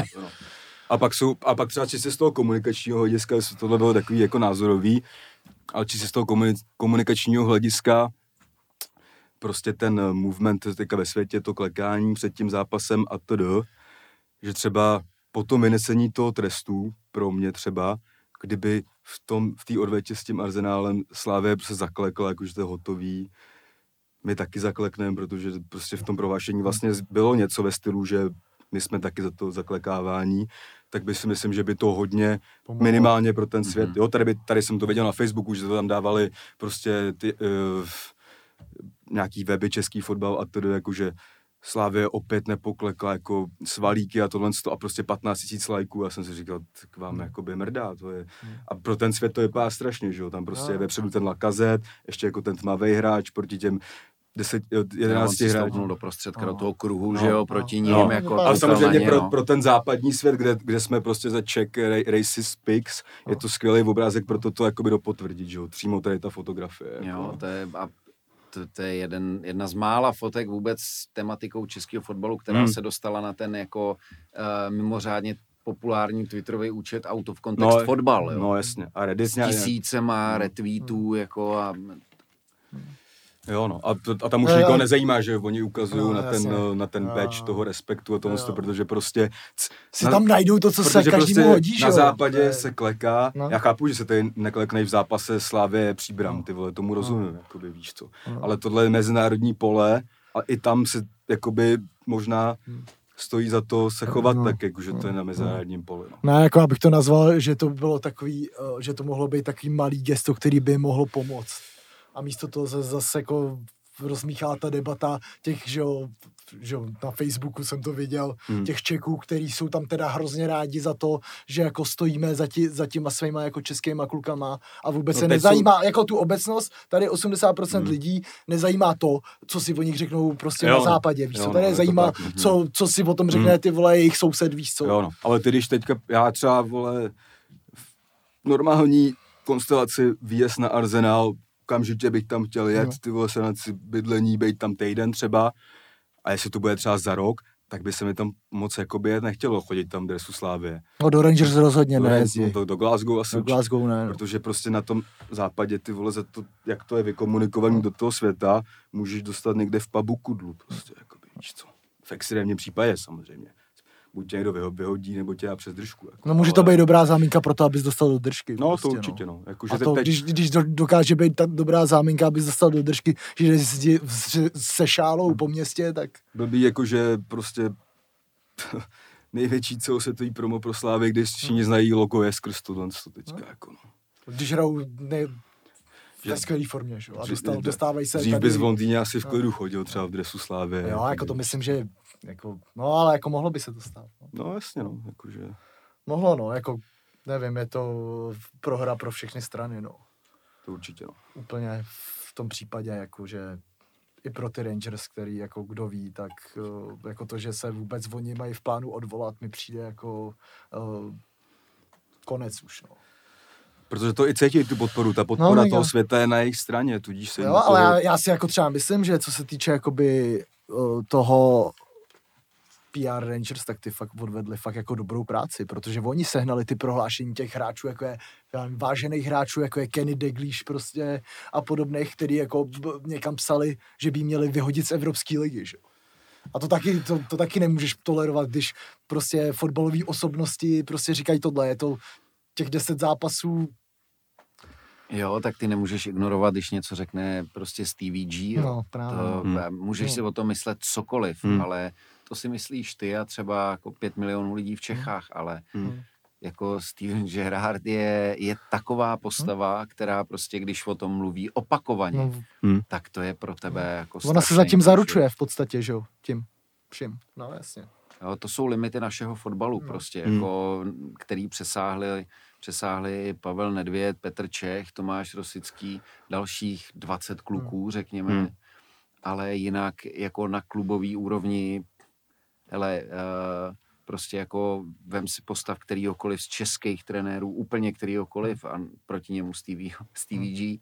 A pak třeba čistě z toho komunikačního hlediska, tohle bylo takový jako názorový, ale čistě z toho komunikačního hlediska prostě ten movement teďka ve světě, to klekání před tím zápasem a td., že třeba po tom vynesení toho trestu, pro mě třeba, kdyby v té odvetě s tím Arsenálem Slavie se zaklekla, jakože to je hotový, my taky zaklekneme, protože prostě v tom prohlášení vlastně bylo něco ve stylu, že my jsme taky za to zaklekávání, tak by si myslím, že by to hodně minimálně pro ten svět, jo, tady jsem to viděl na Facebooku, že to tam dávali prostě ty, nějaký weby, český fotbal a tedy jakože Slavie opět nepoklekla jako svalíky a tohle a prostě 15 000 lajků a jsem si říkal, tak vám jakoby mrdá, to je. A pro ten svět to je pár strašně, že jo, tam prostě je vepředu ten Lacazette, ještě jako ten tmavej hráč proti těm 11 hráčů. Do prostředka do toho kruhu, že jo, proti ním. Jako a samozřejmě pro ten západní svět, kde jsme prostě za Czech Racist Pics, je to skvělý obrázek pro to jakoby dopotvrdit, že jo, přímo tady ta fotografie. Jo, to je jedna z mála fotek vůbec s tematikou českého fotbalu, která se dostala na ten jako mimořádně populární twitterový účet Out of Context fotbal. Jo. No jasně. A Reddit s tisícema retweetů jako a... Jo, no. A tam už nikoho nezajímá, že oni ukazují na ten badge toho respektu a tohle, protože prostě... Si tam najdou to, co se každému prostě hodí, že na západě se kleká. Já chápu, že se tady nekleknej v zápase Slavie Příbram, ty vole, tomu rozumím, jakoby, víš co. Ale tohle je mezinárodní pole a i tam se, jakoby, možná stojí za to se chovat tak, jakože to je na mezinárodním poli. No, jako abych to nazval, že to bylo takový, že to mohlo být takový malý gesto, který by mohlo pomoct. A místo toho zase jako rozmíchá ta debata těch, že jo, na Facebooku jsem to viděl, těch Čechů, kteří jsou tam teda hrozně rádi za to, že jako stojíme za těma svýma jako českýma klukama a vůbec se nezajímá, jako tu obecnost, tady 80% lidí nezajímá to, co si o nich řeknou prostě na západě, víš co, tady zajímá, co si o tom řekne ty vole jejich soused, víš co. Jo, no. Ale ty když teďka, já třeba vole normální konstelaci výjezd na Arsenal, okamžitě bych tam chtěl jet, ty vole senaci bydlení, bejt tam týden třeba a jestli to bude třeba za rok, tak by se mi tam moc jakoby jet nechtělo chodit tam dresu Slavie. No do Rangers rozhodně nejezdí. Do Glasgow asi. Do Glasgow ne. Protože prostě na tom západě ty vole za to, jak to je vykomunikovaný do toho světa, můžeš dostat někde v pubu kudlu prostě, jakoby, víš co. V extrémním případě samozřejmě. Buď tě někdo vyhodí, nebo tě dá přes držku. Jako. No může to být dobrá záminka pro to, abys dostal do držky. No prostě, to určitě, no. Jako, že a to, když dokáže být ta dobrá záminka, abys dostal do držky, že se šálou po městě, tak... Blbý, jakože prostě největší celosvětový promo pro Slávy, když všichni znají logo je skrz tohle teďka, jako no. Když hrajou ve skvělý formě, že? A dostávají se dřív tady... bys v Londýně asi v klidu chodil, třeba v dresu Slávy. Jo, jako to myslím, že jako, no ale jako mohlo by se to stát. No jasně, no, jakože... Mohlo, no, jako, nevím, je to prohra pro všechny strany, no. To určitě, no. Úplně v tom případě, jakože i pro ty Rangers, který, jako kdo ví, tak jako to, že se vůbec oni mají v plánu odvolat, mi přijde jako konec už, no. Protože to i cítí tu podporu, ta podpora toho světa je na jejich straně, tudíž se... Jo, ale já si jako třeba myslím, že co se týče jakoby toho PR Rangers, tak ty fakt odvedli fakt jako dobrou práci, protože oni sehnali ty prohlášení těch hráčů, jako je vážených hráčů, jako je Kenny Dalglish prostě a podobných, který jako někam psali, že by měli vyhodit z Evropské ligy, že? A to taky nemůžeš tolerovat, když prostě fotbalové osobnosti prostě říkají tohle, je to těch 10 zápasů. Jo, tak ty nemůžeš ignorovat, když něco řekne prostě Stevie G. Jo. No, právě. Můžeš si o tom myslet cokoliv, ale to si myslíš ty a třeba jako 5 milionů lidí v Čechách, ale jako Steven Gerrard je taková postava, která prostě, když o tom mluví opakovaně, tak to je pro tebe jako ona se zatím zaručuje v podstatě, že jo, tím vším. No, jasně. Jo, to jsou limity našeho fotbalu prostě, jako, který přesáhli Pavel Nedvěd, Petr Čech, Tomáš Rosický, dalších 20 kluků, řekněme, ale jinak jako na klubový úrovni, hele, prostě jako vem si postav kterýhokoliv z českých trenérů, úplně kterýhokoliv a proti němu Stevie G,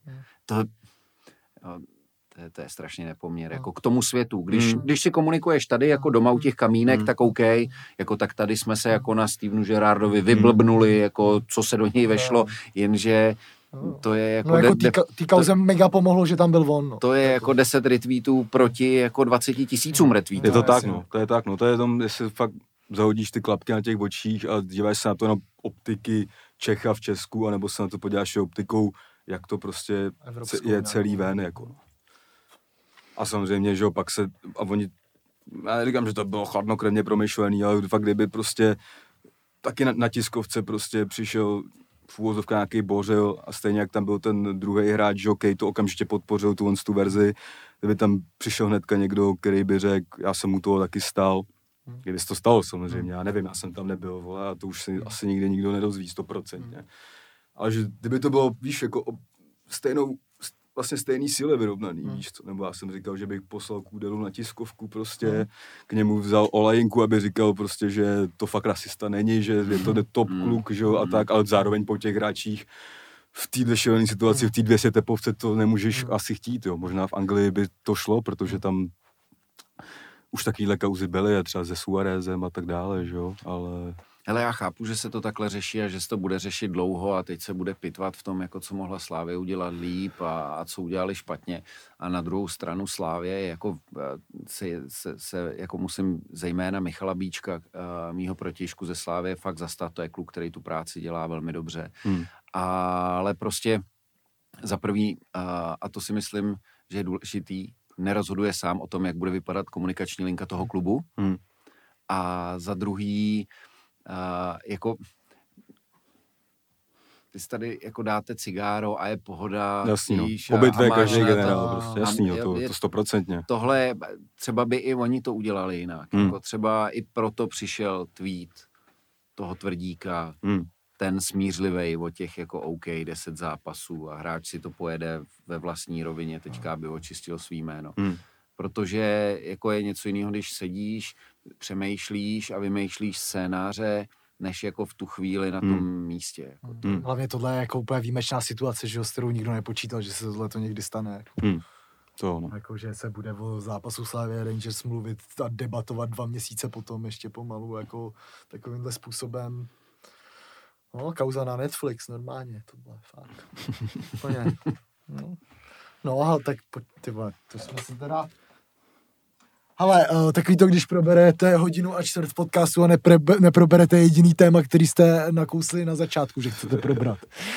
to je strašně nepoměr, jako k tomu světu. Když si komunikuješ tady jako doma u těch kamínek, tak OK, jako tak tady jsme se jako na Stevenu Gerrardovi vyblbnuli, jako co se do něj vešlo, jenže to je jako... No jako tý kauze mega pomohlo, že tam byl on. No. To je jako 10 retweetů proti jako 20 000 retweetů. Je to tak, no. To je tom, jestli fakt zahodíš ty klapky na těch očích a díváš se na to na optiky Čecha v Česku, anebo se na to podíváš optikou, jak to prostě je celý ven, jako. A samozřejmě, že pak se, a oni, já neříkám, že to bylo chladnokrevně promyšlený, ale fakt kdyby prostě taky na tiskovce prostě přišel v úvozovkách nějaký Bořil a stejně jak tam byl ten druhý hráč, Žokej, to okamžitě podpořil tu verzi, kdyby tam přišel hnedka někdo, který by řekl, já jsem mu toho taky stál. Kdyby se to stalo samozřejmě, já nevím, já jsem tam nebyl, vole, a to už si asi nikdy nikdo nedozví 100%. Ale že kdyby to bylo, víš, jako vlastně stejný síle vyrovnaný, víš co, nebo já jsem říkal, že bych poslal Kůdelu na tiskovku prostě, k němu vzal Olajinku, aby říkal prostě, že to fakt rasista není, že je to top kluk, že jo, a tak, ale zároveň po těch hráčích v této šílené situaci, v té 200 tepovce to nemůžeš asi chtít, jo, možná v Anglii by to šlo, protože tam už takovýhle kauzy byly, a třeba se Suárezem a tak dále, že jo, ale... Hele, já chápu, že se to takhle řeší a že se to bude řešit dlouho a teď se bude pitvat v tom, jako co mohla Slavia udělat líp a co udělali špatně. A na druhou stranu Slavie, jako se jako musím zejména Michala Bíčka, mýho protějšku ze Slavie, fakt zastat, to je kluk, který tu práci dělá velmi dobře. Ale prostě za prvý, a to si myslím, že je důležitý, nerozhoduje sám o tom, jak bude vypadat komunikační linka toho klubu. A za druhý, jako ty si tady jako dáte cigáro a je pohoda. Jasný, no. Po bitvě každý generál, prostě jasný, to 100%. Tohle, třeba by i oni to udělali jinak. Jako třeba i proto přišel tweet toho Tvrdíka, ten smířlivej o těch jako OK, 10 zápasů a hráč si to pojede ve vlastní rovině, teďka by očistil svý jméno. Protože jako je něco jiného, když sedíš, přemýšlíš a vymýšlíš scénáře, než jako v tu chvíli na tom místě. Jako. Hlavně tohle je jako úplně výjimečná situace, že s kterou nikdo nepočítal, že se tohle to někdy stane. To no. Jako, že se bude o zápasu Slavie Rangers mluvit a debatovat 2 měsíce potom ještě pomalu, jako takovýmhle způsobem. No, kauza na Netflix, normálně, tohle, fakt. Úplně. No, ale tak ty vole, to jsme se teda... Hele, takový to, když proberete 1.25 hodiny podcastu a neproberete jediný téma, který jste nakousli na začátku, že chcete probrat.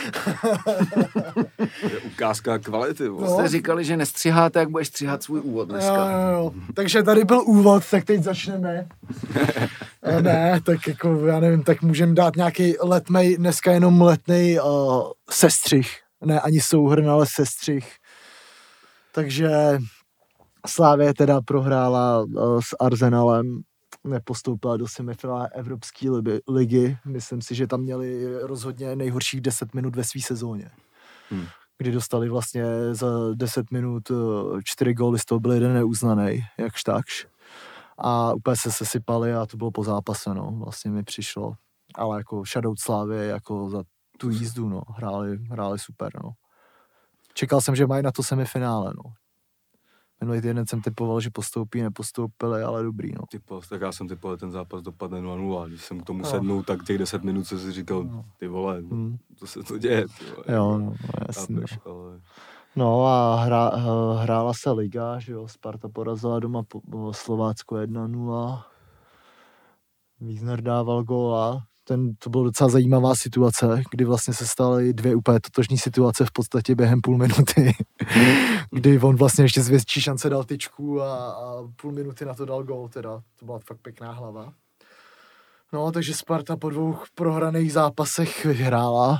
Je ukázka kvality. No. Jste říkali, že nestřiháte, jak budeš střihat svůj úvod dneska. Jo. Takže tady byl úvod, tak teď začneme. Ne, tak jako, já nevím, tak můžeme dát nějaký letmej, dneska jenom letnej sestřih. Ne ani souhrn, ale sestřih. Takže Slavia teda prohrála s Arsenalem, nepostoupila do semifinále Evropské ligy. Myslím si, že tam měli rozhodně nejhorších 10 minut ve své sezóně. Kdy dostali vlastně za 10 minut 4 góly, z toho byl jeden neuznaný, jakž takž. A úplně se sesypali a to bylo po zápase, no. Vlastně mi přišlo. Ale jako shoutout Slavie jako za tu jízdu, no. Hráli super, no. Čekal jsem, že mají na to semifinále, no. Minulý týden jsem typoval, že postoupí, nepostoupili, ale dobrý, no. Tak já jsem typoval, ten zápas dopadne 0-0. Když jsem k tomu sednul, tak těch 10 minut jsem si říkal, ty vole, co se to děje, ty vole. Jo, no, jasně. No a hrála se liga, že jo, Sparta porazila doma Slovácko 1-0. Wiesner dával góla. To byla docela zajímavá situace, kdy vlastně se staly 2 úplně totožní situace v podstatě během půl minuty. Kdy on vlastně ještě z větší šance dal tyčku a půl minuty na to dal gól, teda. To byla fakt pěkná hlava. No, takže Sparta po 2 prohraných zápasech vyhrála.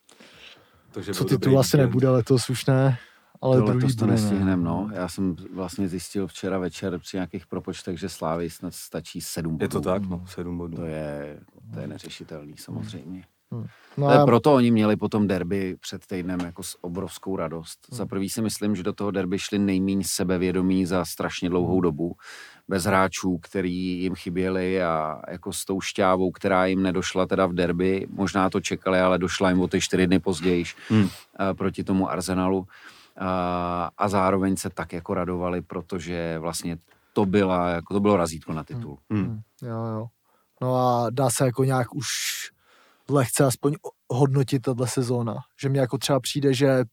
Co titul asi nebude letos už ne. Ale to letos to nestihnem, no. Já jsem vlastně zjistil včera večer při nějakých propočtech, že Slávii snad stačí 7 bodů. Je to tak, no, 7 bodů. To je neřešitelný samozřejmě. No proto oni měli potom derby před týdnem jako s obrovskou radost. Za prvý si myslím, že do toho derby šli nejméně sebevědomí za strašně dlouhou dobu. Bez hráčů, který jim chyběli a jako s tou šťávou, která jim nedošla teda v derby. Možná to čekali, ale došla jim o ty 4 dny později proti tomu Arsenalu. A zároveň se tak jako radovali, protože vlastně to bylo razítko na titul. Jo. No a dá se jako nějak už lehce aspoň hodnotit tato sezóna. Že mně jako třeba přijde, že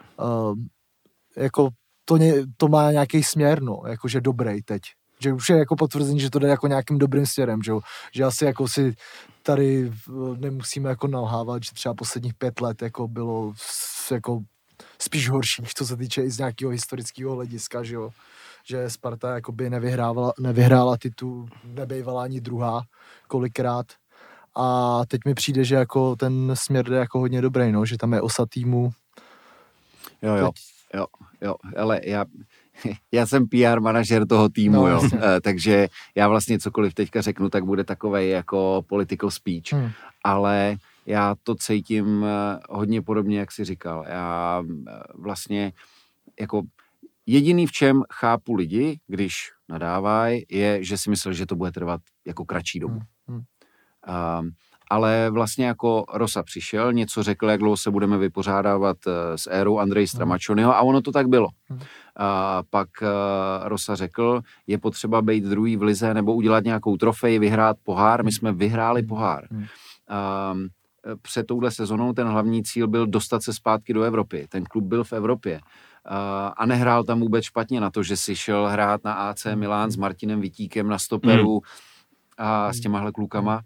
jako to má nějaký směr, no, jakože dobrý teď. Že už je jako potvrzení, že to jde jako nějakým dobrým směrem, že asi jako si tady nemusíme jako nalhávat, že třeba posledních 5 let jako bylo jako spíš horší, co se týče i z nějakého historického hlediska, že jo. Že Sparta jakoby nevyhrála titul, nebejvala ani druhá kolikrát. A teď mi přijde, že jako ten směr jde jako hodně dobrý, no, že tam je osa týmu. Jo, ale já jsem PR manažer toho týmu, jo. Takže já vlastně cokoliv teďka řeknu, tak bude takovej jako political speech, ale já to cítím hodně podobně, jak jsi říkal. Já vlastně jako jediný, v čem chápu lidi, když nadávají, je, že si myslel, že to bude trvat jako kratší dobu. Ale vlastně jako Rosa přišel, něco řekl, jak dlouho se budeme vypořádávat s érou Andreje Stramačonyho a ono to tak bylo. Pak Rosa řekl, je potřeba být druhý v lize nebo udělat nějakou trofej, vyhrát pohár. My jsme vyhráli pohár. Před touhle sezonou ten hlavní cíl byl dostat se zpátky do Evropy. Ten klub byl v Evropě. A nehrál tam vůbec špatně na to, že si šel hrát na AC Milan s Martinem Vitíkem na stoperu a s těmahle klukama.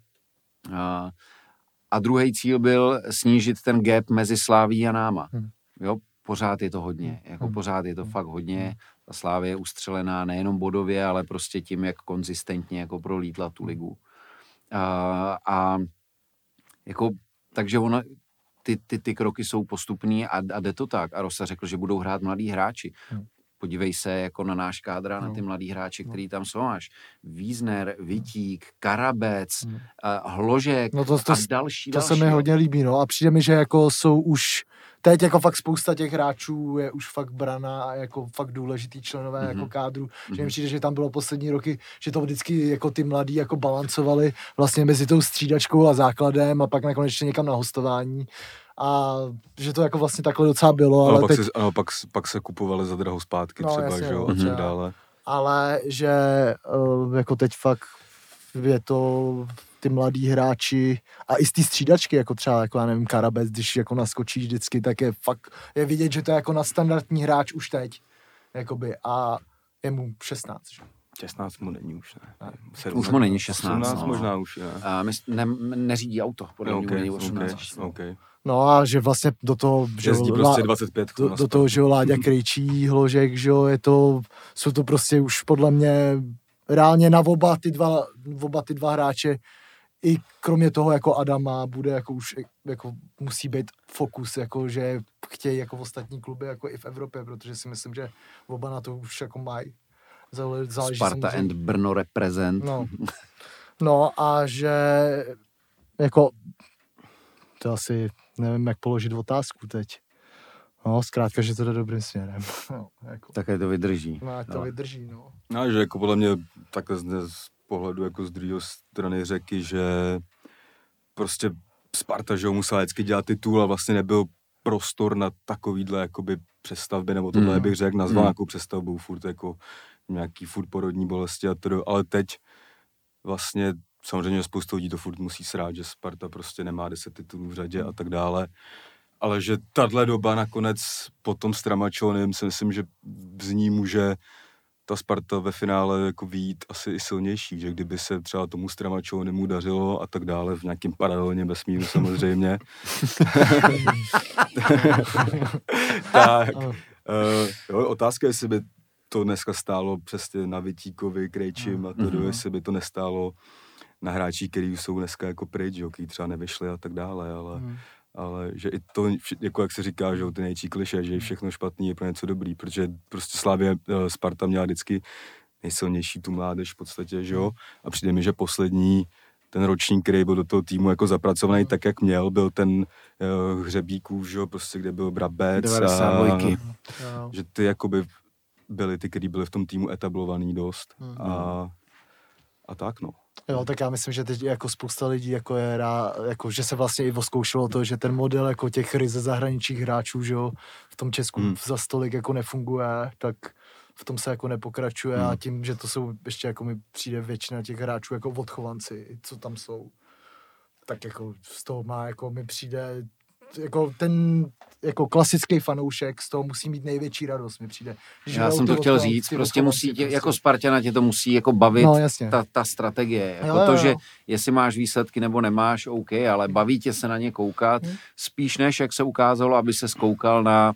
A druhý cíl byl snížit ten gap mezi Slavií a náma. Jo, pořád je to hodně. Jako pořád je to fakt hodně. Ta Slavie je ustřelená nejenom bodově, ale prostě tím, jak konzistentně jako prolítla tu ligu. A jako, takže ona, ty kroky jsou postupný a jde to tak. A Rosa řekl, že budou hrát mladí hráči. Podívej se jako na náš kádra, na ty mladý hráči, který tam jsou. Máš Wiesner, Vitík, Karabec, Hložek a další. To se mi hodně líbí, no. A přijde mi, že jako jsou už teď jako fakt spousta těch hráčů je už fakt braná a jako fakt důležitý členové jako kádru. Že mi přijde, že tam bylo poslední roky, že to vždycky jako ty mladí jako balancovali vlastně mezi tou střídačkou a základem a pak nakonec ještě někam na hostování. A že to jako vlastně takhle docela bylo, ale teď... pak se kupovali za drahou zpátky třeba, jasně, že jo, a tak dále. Ale že jako teď fakt je to ty mladí hráči a i z té střídačky, jako třeba, jako já nevím, Karabec, když jako naskočí vždycky, tak je fakt, je vidět, že to je jako nadstandardní hráč už teď, jakoby, a je mu 16, že? 16 mu není už, ne? Už mu není 16. 17 možná už, ne? Neřídí auto, podle mě není 18. Okay. No a že vlastně do toho, že jezdí prostě 25. Do toho, že jo, Láďa Krejčí, Hložek, že jo, jsou to prostě už podle mě reálně na oba ty dva hráče, i kromě toho jako Adama bude jako už jako musí být fokus, jako že chtějí jako v ostatní kluby, jako i v Evropě, protože si myslím, že oba na to už jako mají. Sparta and Brno represent. No a že jako to asi nevím, jak položit otázku teď. No, zkrátka, že to jde dobrým směrem. No, jako. Také to vydrží. No, to vydrží, no. No, že jako podle mě takhle z pohledu jako z druhé strany řeky, že prostě Sparta, že ho musela vždycky dělat titul a vlastně nebyl prostor na takovýhle jakoby přestavby, nebo tohle bych řekl, nazval nějakou přestavbou, furt jako nějaký furt porodní bolesti a to, ale teď vlastně samozřejmě spoustu lidí to furt musí srát, že Sparta prostě nemá 10 titulů v řadě a tak dále, ale že tahle doba nakonec po tom Stramačonem si myslím, že z ní může ta Sparta ve finále jako vyjít asi i silnější, že kdyby se třeba tomu Stramačonemu dařilo a tak dále v nějakým paralelním vesmíru samozřejmě. Tak, jo, otázka, jestli by to dneska stálo přesně na Vitíkovi, Krejčím a to, jestli by to nestálo na hráčích, kteří jsou dneska jako pryč, kteří třeba nevyšli a tak dále, ale že i to, jako jak se říká, že ty nejčí kliše, že všechno špatný je pro něco dobrý, protože prostě Slavie Sparta měla vždycky nejsilnější tu mládež v podstatě, že jo, a přijde mi, že poslední ten ročník, který byl do toho týmu jako zapracovaný tak, jak měl, byl ten Hřebíkův, že jo, prostě kde byl Brabec a že ty jakoby byli ty, kteří byli v tom týmu etablovaný dost a tak, no. Jo, tak já myslím, že teď jako spousta lidí jako je jako že se vlastně i oskoušelo to, že ten model jako těch ryze zahraničních hráčů, že jo, v tom Česku za stolik jako nefunguje, tak v tom se jako nepokračuje a tím, že to jsou ještě jako mi přijde většina těch hráčů jako odchovanci, co tam jsou, tak jako z toho má jako mi přijde jako ten jako klasický fanoušek z toho musí mít největší radost, mi přijde. Já jsem to chtěl říct, prostě musí tě, jako Spartana tě to musí jako bavit, no, ta strategie, jako to, že jestli máš výsledky nebo nemáš, OK, ale baví tě se na ně koukat, spíš než, jak se ukázalo, aby se skoukal na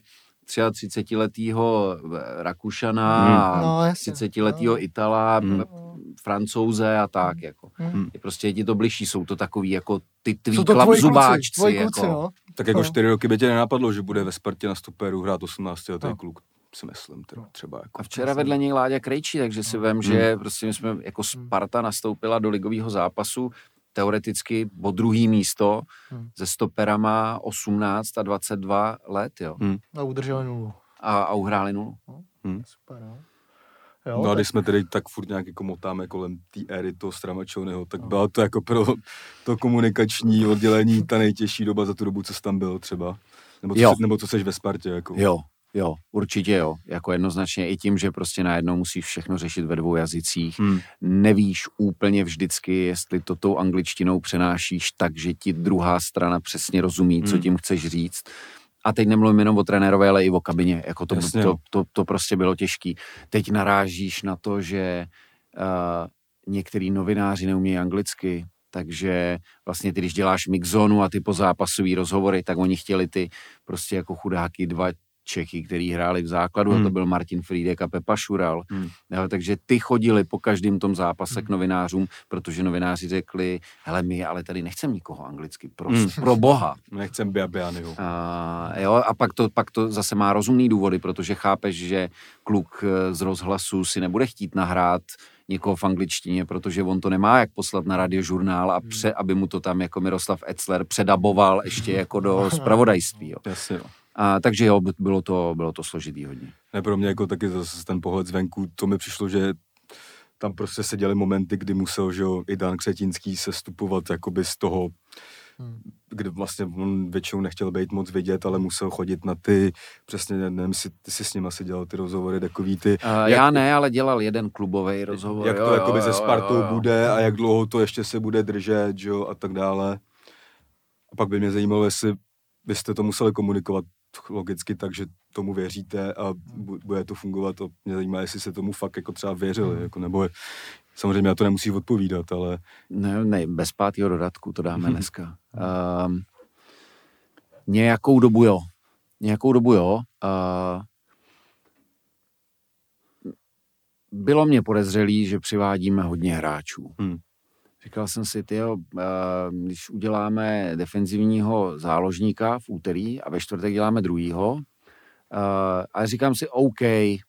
33letýho Rakušana, 30letýho Itala, Francouze a tak, jako. Prostě je ti to bližší, jsou to takový, jako ty tvý klapzubáčci, jako. No. Tak jako 4 roky by tě nenapadlo, že bude ve Spartě na stoperu hrát 18letý kluk, si myslím, třeba jako. A včera vedle něj Láďa Krejčí, takže si vem, že prostě my jsme jako Sparta nastoupila do ligového zápasu, teoreticky o druhý místo se stoperama 18 a 22 let, jo. A udrželi 0. A uhráli 0. Super, no. Jo, no a když jsme tedy tak furt nějak jako motáme kolem té éry toho Stramačoneho, tak byla to jako pro to komunikační oddělení ta nejtěžší doba za tu dobu, co jsi tam byl třeba. Nebo co seš ve Spartě, jako. Jo, určitě jo. Jako jednoznačně i tím, že prostě najednou musíš všechno řešit ve 2 jazycích. Nevíš úplně vždycky, jestli to tou angličtinou přenášíš tak, že ti druhá strana přesně rozumí, co tím chceš říct. A teď nemluvím jenom o trenérové, ale i o kabině. Jako to prostě bylo těžký. Teď narážíš na to, že některý novináři neumějí anglicky, takže vlastně ty, když děláš mixzónu a ty pozápasový rozhovory, tak oni chtěli ty prostě jako chudáky 2 Čechy, který hráli v základu, a to byl Martin Frýdek a Pepa Šural. Takže ty chodili po každém tom zápase k novinářům, protože novináři řekli, hele, my ale tady nechcem nikoho anglicky, pro boha. Nechcem Biabianyho. A pak to zase má rozumný důvody, protože chápeš, že kluk z rozhlasu si nebude chtít nahrát někoho v angličtině, protože on to nemá jak poslat na radiožurnál a aby mu to tam jako Miroslav Etzler předaboval ještě jako do zpravodajství. Jo. Jasně, jo. Takže jo, bylo to složitý hodně. Ne, pro mě jako taky zase ten pohled zvenku, to mi přišlo, že tam prostě se děly momenty, kdy musel, že jo, i Dan Křetínský sestupovat jakoby z toho, kdy vlastně on většinou nechtěl být moc vidět, ale musel chodit na ty, přesně, nevím, ty si s ním asi dělal ty rozhovory, takový ty... Já ne, ale dělal jeden klubový rozhovor. Jak to jakoby se Spartou bude a jak dlouho to ještě se bude držet, že jo, a tak dále. A pak by mě zajímalo, jestli byste to museli komunikovat logicky tak, že tomu věříte a bude to fungovat. A mě zajímá, jestli se tomu fakt jako třeba věřili, jako, nebo samozřejmě já to nemusí odpovídat, ale... Ne, bez 5. dodatku to dáme dneska. Nějakou dobu jo. bylo mě podezřelý, že přivádíme hodně hráčů. Říkal jsem si, když uděláme defenzivního záložníka v úterý a ve čtvrtek děláme druhýho, a říkám si, OK,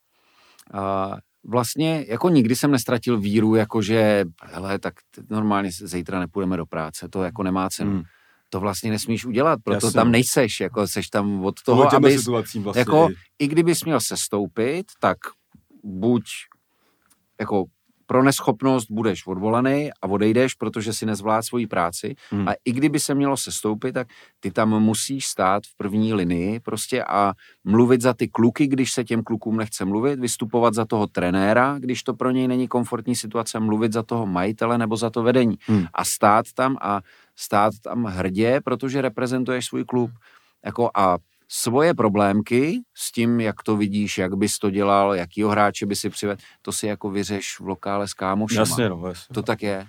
vlastně jako nikdy jsem nestratil víru, jakože, hele, tak normálně zítra nepůjdeme do práce, to jako nemá cenu. To vlastně nesmíš udělat, proto tam nejseš, jako seš tam od toho, abys, vlastně jako, i kdybys měl sestoupit, tak buď jako pro neschopnost budeš odvolaný a odejdeš, protože si nezvlád svoji práci. A i kdyby se mělo sestoupit, tak ty tam musíš stát v první linii prostě a mluvit za ty kluky, když se těm klukům nechce mluvit, vystupovat za toho trenéra, když to pro něj není komfortní situace, mluvit za toho majitele nebo za to vedení. A stát tam hrdě, protože reprezentuješ svůj klub. Jako a svoje problémky s tím, jak to vidíš, jak bys to dělal, jakýho hráče by si přivedl, to si jako vyřeš v lokále s kámošema. Jasně. To tak je.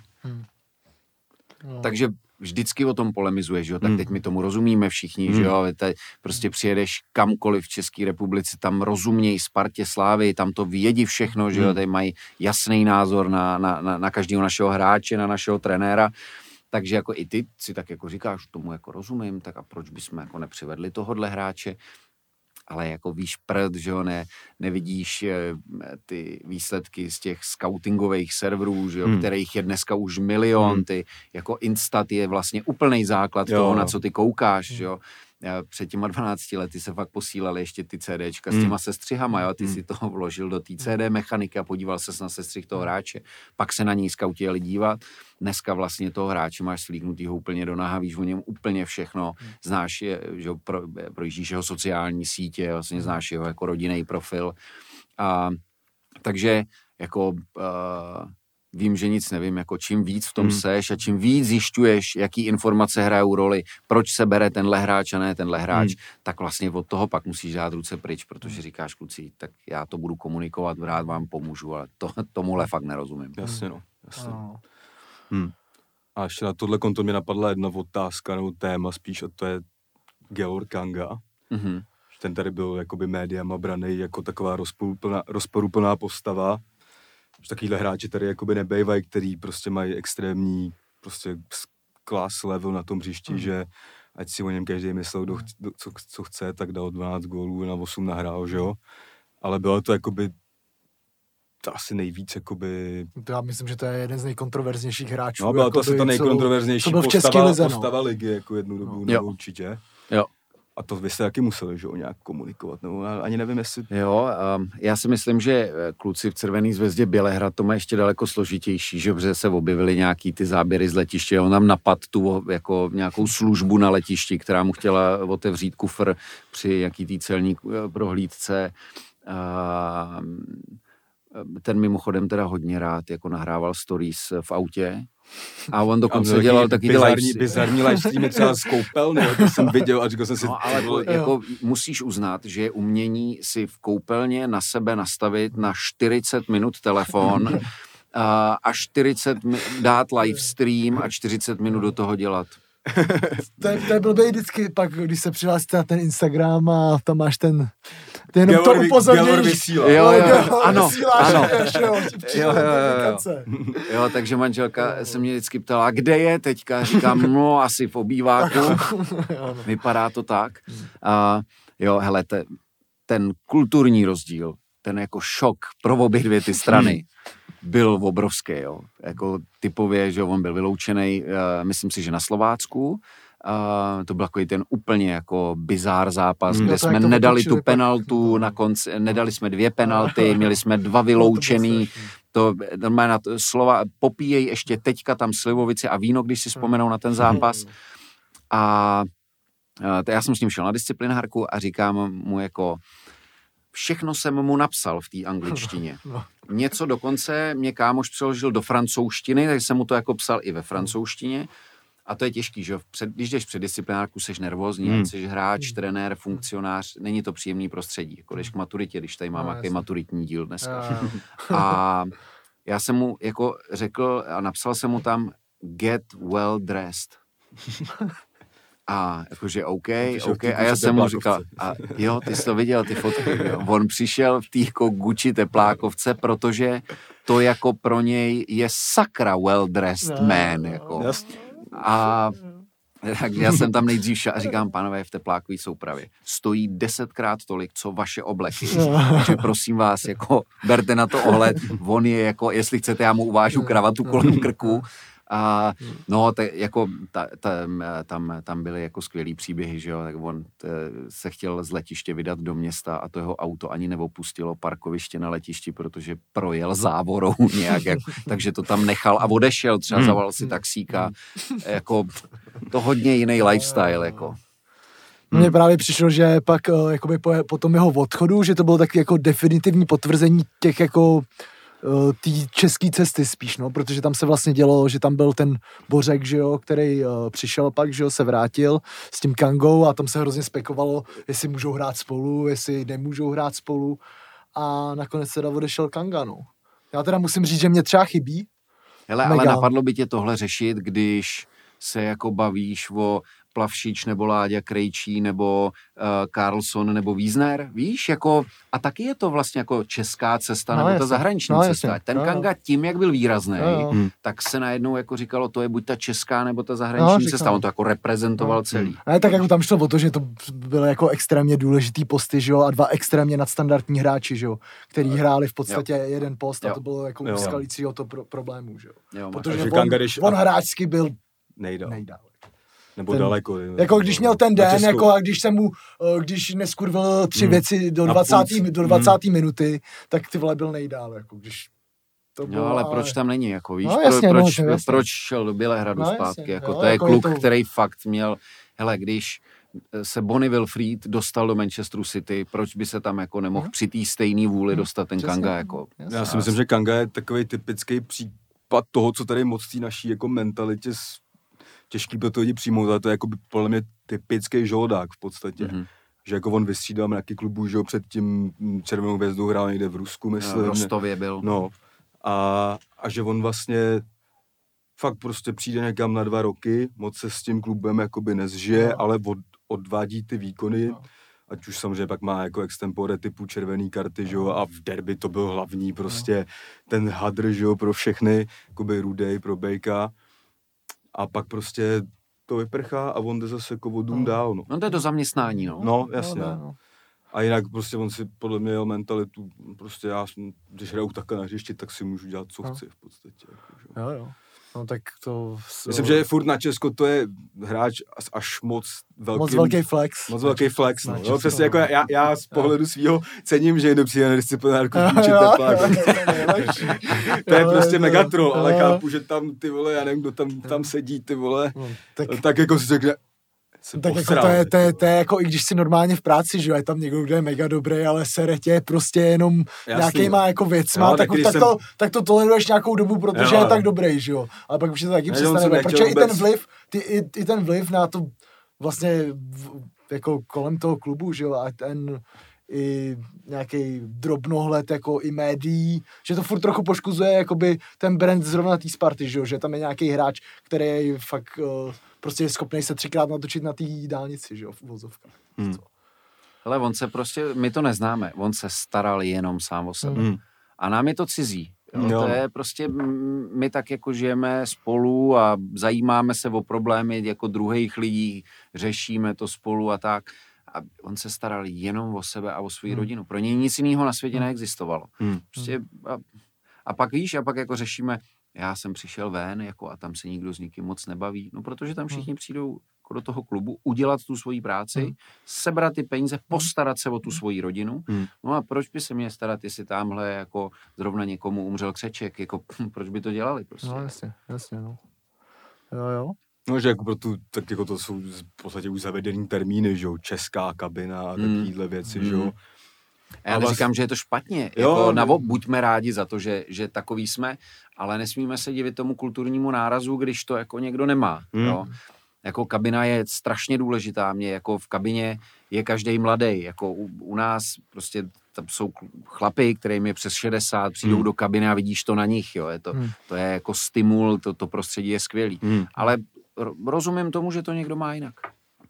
Takže vždycky o tom polemizuješ, jo? Tak teď my tomu rozumíme všichni, že jo? Prostě přijedeš kamkoliv v České republice, tam rozumějí Spartě, Slávy, tam to vědí všechno, že jo? Tady mají jasný názor na každého našeho hráče, na našeho trenéra. Takže jako i ty si tak jako říkáš, tomu jako rozumím, tak a proč bychom jako nepřivedli tohodle hráče, ale jako víš prd, že jo, nevidíš ty výsledky z těch scoutingových serverů, že jo, kterých je dneska už milion, ty jako Instat je vlastně úplný základ toho, na co ty koukáš, že jo. Před těma 12 lety se fakt posílali ještě ty CDčka s těma sestřihama, jo, ty si to vložil do té CD mechaniky a podíval ses na sestřih toho hráče, pak se na něj skauti jeli dívat. Dneska vlastně toho hráče máš slíknutýho úplně do naha, víš o něm úplně všechno, znáš je, že projíždíš jeho sociální sítě, vlastně znáš jeho jako rodinný profil. Takže jako vím, že nic nevím, jako čím víc v tom seš a čím víc zjišťuješ, jaký informace hrajou roli, proč se bere tenhle hráč a ne tenhle hráč, tak vlastně od toho pak musíš dát ruce pryč, protože říkáš, kluci, tak já to budu komunikovat, rád vám pomůžu, ale tomuhle fakt nerozumím. Jasně. A ještě na tohle konto mě napadla jedna otázka nebo téma spíš, a to je Georg Kanga. Ten tady byl jakoby médiama branej jako taková rozporuplná postava. Takovýhle hráči tady jakoby nebejvají, který prostě mají extrémní prostě class level na tom hřišti, že ať si o něm každý myslel, co chce, tak dal 12 gólů, na 8 nahrál, že jo. Ale bylo to jakoby to asi nejvíc jakoby... Já myslím, že to je jeden z nejkontroverznějších hráčů. No, byla to asi ta nejkontroverznější postava ligy, jako jednu dobu, nebo určitě. Jo. A to vy jste taky museli, že jo, nějak komunikovat, nebo ani nevím, jestli... Jo, já si myslím, že kluci v Červené zvězdě Bělehrad to má ještě daleko složitější, že protože se objevily nějaký ty záběry z letiště, on tam napad tu jako nějakou službu na letišti, která mu chtěla otevřít kufr při jaký tý celní prohlídce. Ten mimochodem teda hodně rád jako nahrával stories v autě. A on dokonce dělal taky bizarní livestreamy třeba z koupelny, to jsem viděl a říkal jsem si... No, ale jako musíš uznat, že je umění si v koupelně na sebe nastavit na 40 minut telefon a 40 dát livestream a 40 minut do toho dělat. To je blbý vždycky pak, když se přihlásíte na ten Instagram a tam máš ten jenom to upozornění. Ano. Jo, takže manželka se mě vždycky ptala, kde je teďka? Říkám, no asi v obýváku. Vypadá to tak. Jo, hele, ten kulturní rozdíl, ten jako šok pro obě dvě ty strany byl obrovský, jo. Jako typově, že on byl vyloučený, myslím si, že na Slovácku. To byl takový ten úplně jako bizár zápas, kde jsme nedali tu penaltu na konci, nedali jsme 2 penalty, měli jsme 2 vyloučený. To normálně slova popíjej ještě teďka tam slivovici a víno, když si vzpomenou na ten zápas. A já jsem s ním šel na disciplinárku a říkám mu jako, všechno jsem mu napsal v té angličtině. Něco dokonce mě kámoš přeložil do francouzštiny, takže jsem mu to jako psal i ve francouzštině. A to je těžký, že když jdeš před disciplinárku, seš nervózní, jsi hráč, trenér, funkcionář, není to příjemný prostředí. Jako jdeš k maturitě, když tady mám nějaký maturitní díl dneska. A já jsem mu jako řekl a napsal jsem mu tam get well dressed. A jakože OK. A já jsem mu říkal, a jo, ty jsi to viděl, ty fotky, jo. On přišel v té jako Gucci teplákovce, protože to jako pro něj je sakra well-dressed man, jako. A tak já jsem tam nejdřív šel a říkám, pánové, v teplákové soupravě stojí 10krát tolik, co vaše obleky. Takže prosím vás, jako berte na to ohled, on je jako, jestli chcete, já mu uvážu kravatu kolem krku. A no, jako tam byly jako skvělý příběhy, že jo, tak on se chtěl z letiště vydat do města a to jeho auto ani neopustilo parkoviště na letišti, protože projel závorou nějak, takže to tam nechal a odešel, třeba zavolal si taxíka, jako to hodně jiný lifestyle, jako. Mně právě přišlo, že pak jakoby po tom jeho odchodu, že to bylo taky jako definitivní potvrzení těch jako té české cesty spíš, no, protože tam se vlastně dělo, že tam byl ten Bořek, že jo, který přišel pak, že jo, se vrátil s tím Kangou a tam se hrozně spekovalo, jestli můžou hrát spolu, jestli nemůžou hrát spolu a nakonec teda odešel Kanga, no. Já teda musím říct, že mě třeba chybí. Hele, ale napadlo by tě tohle řešit, když se jako bavíš o Plavšič nebo Láďa Krejčí nebo Karlsson nebo Wiesner, víš, jako a taky je to vlastně jako česká cesta nebo ta zahraniční cesta. Ten Kanga tím, jak byl výrazný, tak se najednou jako říkalo, to je buď ta česká nebo ta zahraniční cesta, on to jako reprezentoval celý. Ne, tak jako tam šlo o to, že to byly jako extrémně důležitý posty, že jo, a dva extrémně nadstandardní hráči, že jo, který hráli v podstatě jeden post a to bylo jako úskalícího to problému, že jo. Protože on hráčsky byl nejdál. Nebo daleko. Jako když měl ten den, jako a když neskurvil 3 věci do 20. minuty, tak ty vole byl nejdál, jako když to bylo, ale proč tam není, jako víš, proč šel do Bělehradu zpátky, jako to je kluk, který fakt měl, hele, když se Bonnie Wilfried dostal do Manchesteru City, proč by se tam jako nemohl při té stejné vůli dostat ten Kanga, jako. Já si myslím, že Kanga je takový typický případ toho, co tady moc té naší jako mentalitě těžký pro to lidi přijmout, ale to je jako podle mě typický žoldák v podstatě. Že jako on vystřídal nějaký klubu, že před tím Červenou hvězdou hrál někde v Rusku, myslím. V Rostově byl. No. A že on vlastně fakt prostě přijde někam na 2 roky, moc se s tím klubem jakoby nezžije, ale odvádí ty výkony, ať už samozřejmě pak má jako extempore typu červený karty, že jo, a v derby to byl hlavní prostě ten hadr, že jo, pro všechny, jakoby rudej pro Bejka. A pak prostě to vyprchá a on jde zase jako vodům dál, no. No to je do zaměstnání, no. No, jasně. No. A jinak prostě on si podle mě jel mentalitu, prostě já, když hraju takhle na hřišti, tak si můžu dělat, co chci v podstatě. Jako, jo. No tak to... Myslím, že furt na Česko to je hráč až moc velký flex. Moc velký flex, no. Jo, přesně jako já z pohledu svýho cením, že jde přijde na disciplinárku vůči teplák. To je prostě megatrol, ale chápu, že tam ty vole, já nevím, kdo tam sedí, ty vole, tak jako si řekne, tak jako to je jako, i když si normálně v práci, že je tam někdo, kdo je mega dobrý, ale sere tě prostě jenom nějakýma jako věcma, tak to toleruješ nějakou dobu, protože je tak dobrý, že jo. Ale pak už je to taky přestane, protože i ten vliv na to vlastně jako kolem toho klubu, že jo, a ten i nějaký drobnohled jako i médií, že to furt trochu poškozuje jakoby ten brand zrovna té Sparty, že jo, že tam je nějaký hráč, který je fakt prostě je schopný se 3krát natočit na té dálnici, že jo, v uvozovkách. Hele, on se prostě, my to neznáme, on se staral jenom sám o sebe. A nám je to cizí. Jo? To je prostě, my tak jako žijeme spolu a zajímáme se o problémy jako druhých lidí, řešíme to spolu a tak. A on se staral jenom o sebe a o svou rodinu. Pro něj nic jiného na světě neexistovalo. Prostě a pak víš, a pak jako řešíme, já jsem přišel ven jako a tam se nikdo s nikým moc nebaví, no protože tam všichni přijdou jako do toho klubu, udělat tu svoji práci, sebrat ty peníze, postarat se o tu svoji rodinu, no a proč by se měl starat, jestli tamhle jako zrovna někomu umřel křeček, jako proč by to dělali prostě. No jasně, no. Jo. No, že jako tak jako to jsou v podstatě už zavedený termíny, že jo, česká kabina a takovýhle věci, že jo. Já neříkám, že je to špatně, jako buďme rádi za to, že takový jsme, ale nesmíme se divit tomu kulturnímu nárazu, když to jako někdo nemá, jo. Jako kabina je strašně důležitá, mě jako v kabině je každej mladý, jako u nás prostě tam jsou chlapi, kterým je přes 60, přijdou do kabiny a vidíš to na nich, jo, to je jako stimul, to prostředí je skvělý, ale rozumím tomu, že to někdo má jinak.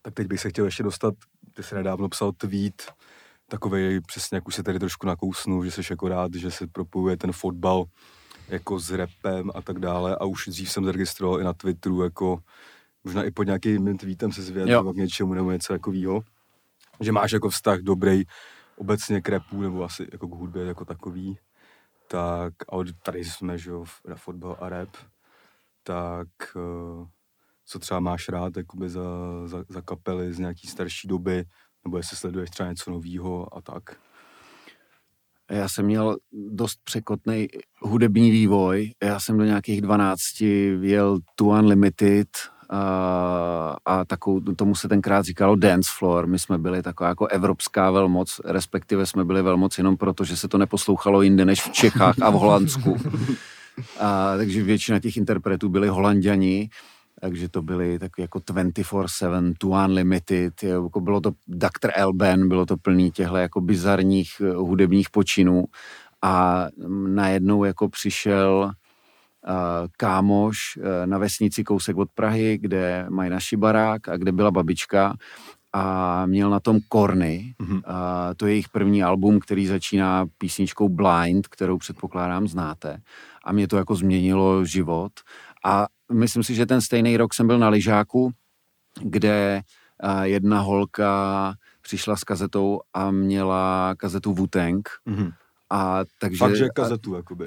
Tak teď bych se chtěl ještě dostat, ty jsi nedávno psal tweet, takovej přesně, jak už se tady trošku nakousnu, že jsi jako rád, že se propojuje ten fotbal jako s rapem a tak dále a už dřív jsem zaregistroval i na Twitteru, jako možná i pod nějakým tweetem se zvěděl k něčemu nebo něco takového, že máš jako vztah dobrý obecně k rapu nebo asi jako k hudbě jako takový, tak, ale tady jsme, že jo, na fotbal a rap, tak co třeba máš rád jakoby za kapely z nějaký starší doby, nebo jestli sleduješ třeba něco novýho a tak? Já jsem měl dost překotný hudební vývoj. Já jsem do nějakých 12 jel To Unlimited a tomu se tenkrát říkalo dance floor. My jsme byli taková jako evropská velmoc, respektive jsme byli velmoc jenom proto, že se to neposlouchalo jinde než v Čechách a v Holandsku. Takže většina těch interpretů byli Holanďani, takže to byly tak jako 24/7, To Unlimited, jako bylo to Dr. Alban, bylo to plný těchto jako bizarních hudebních počinů a najednou jako přišel kámoš na vesnici kousek od Prahy, kde mají naši barák a kde byla babička a měl na tom Korny. To je jejich první album, který začíná písničkou Blind, kterou předpokládám znáte. A mě to jako změnilo život. A myslím si, že ten stejný rok jsem byl na lyžáku, kde jedna holka přišla s kazetou a měla kazetu Wu-Tang. A takže, fakt, že kazetu, jakoby.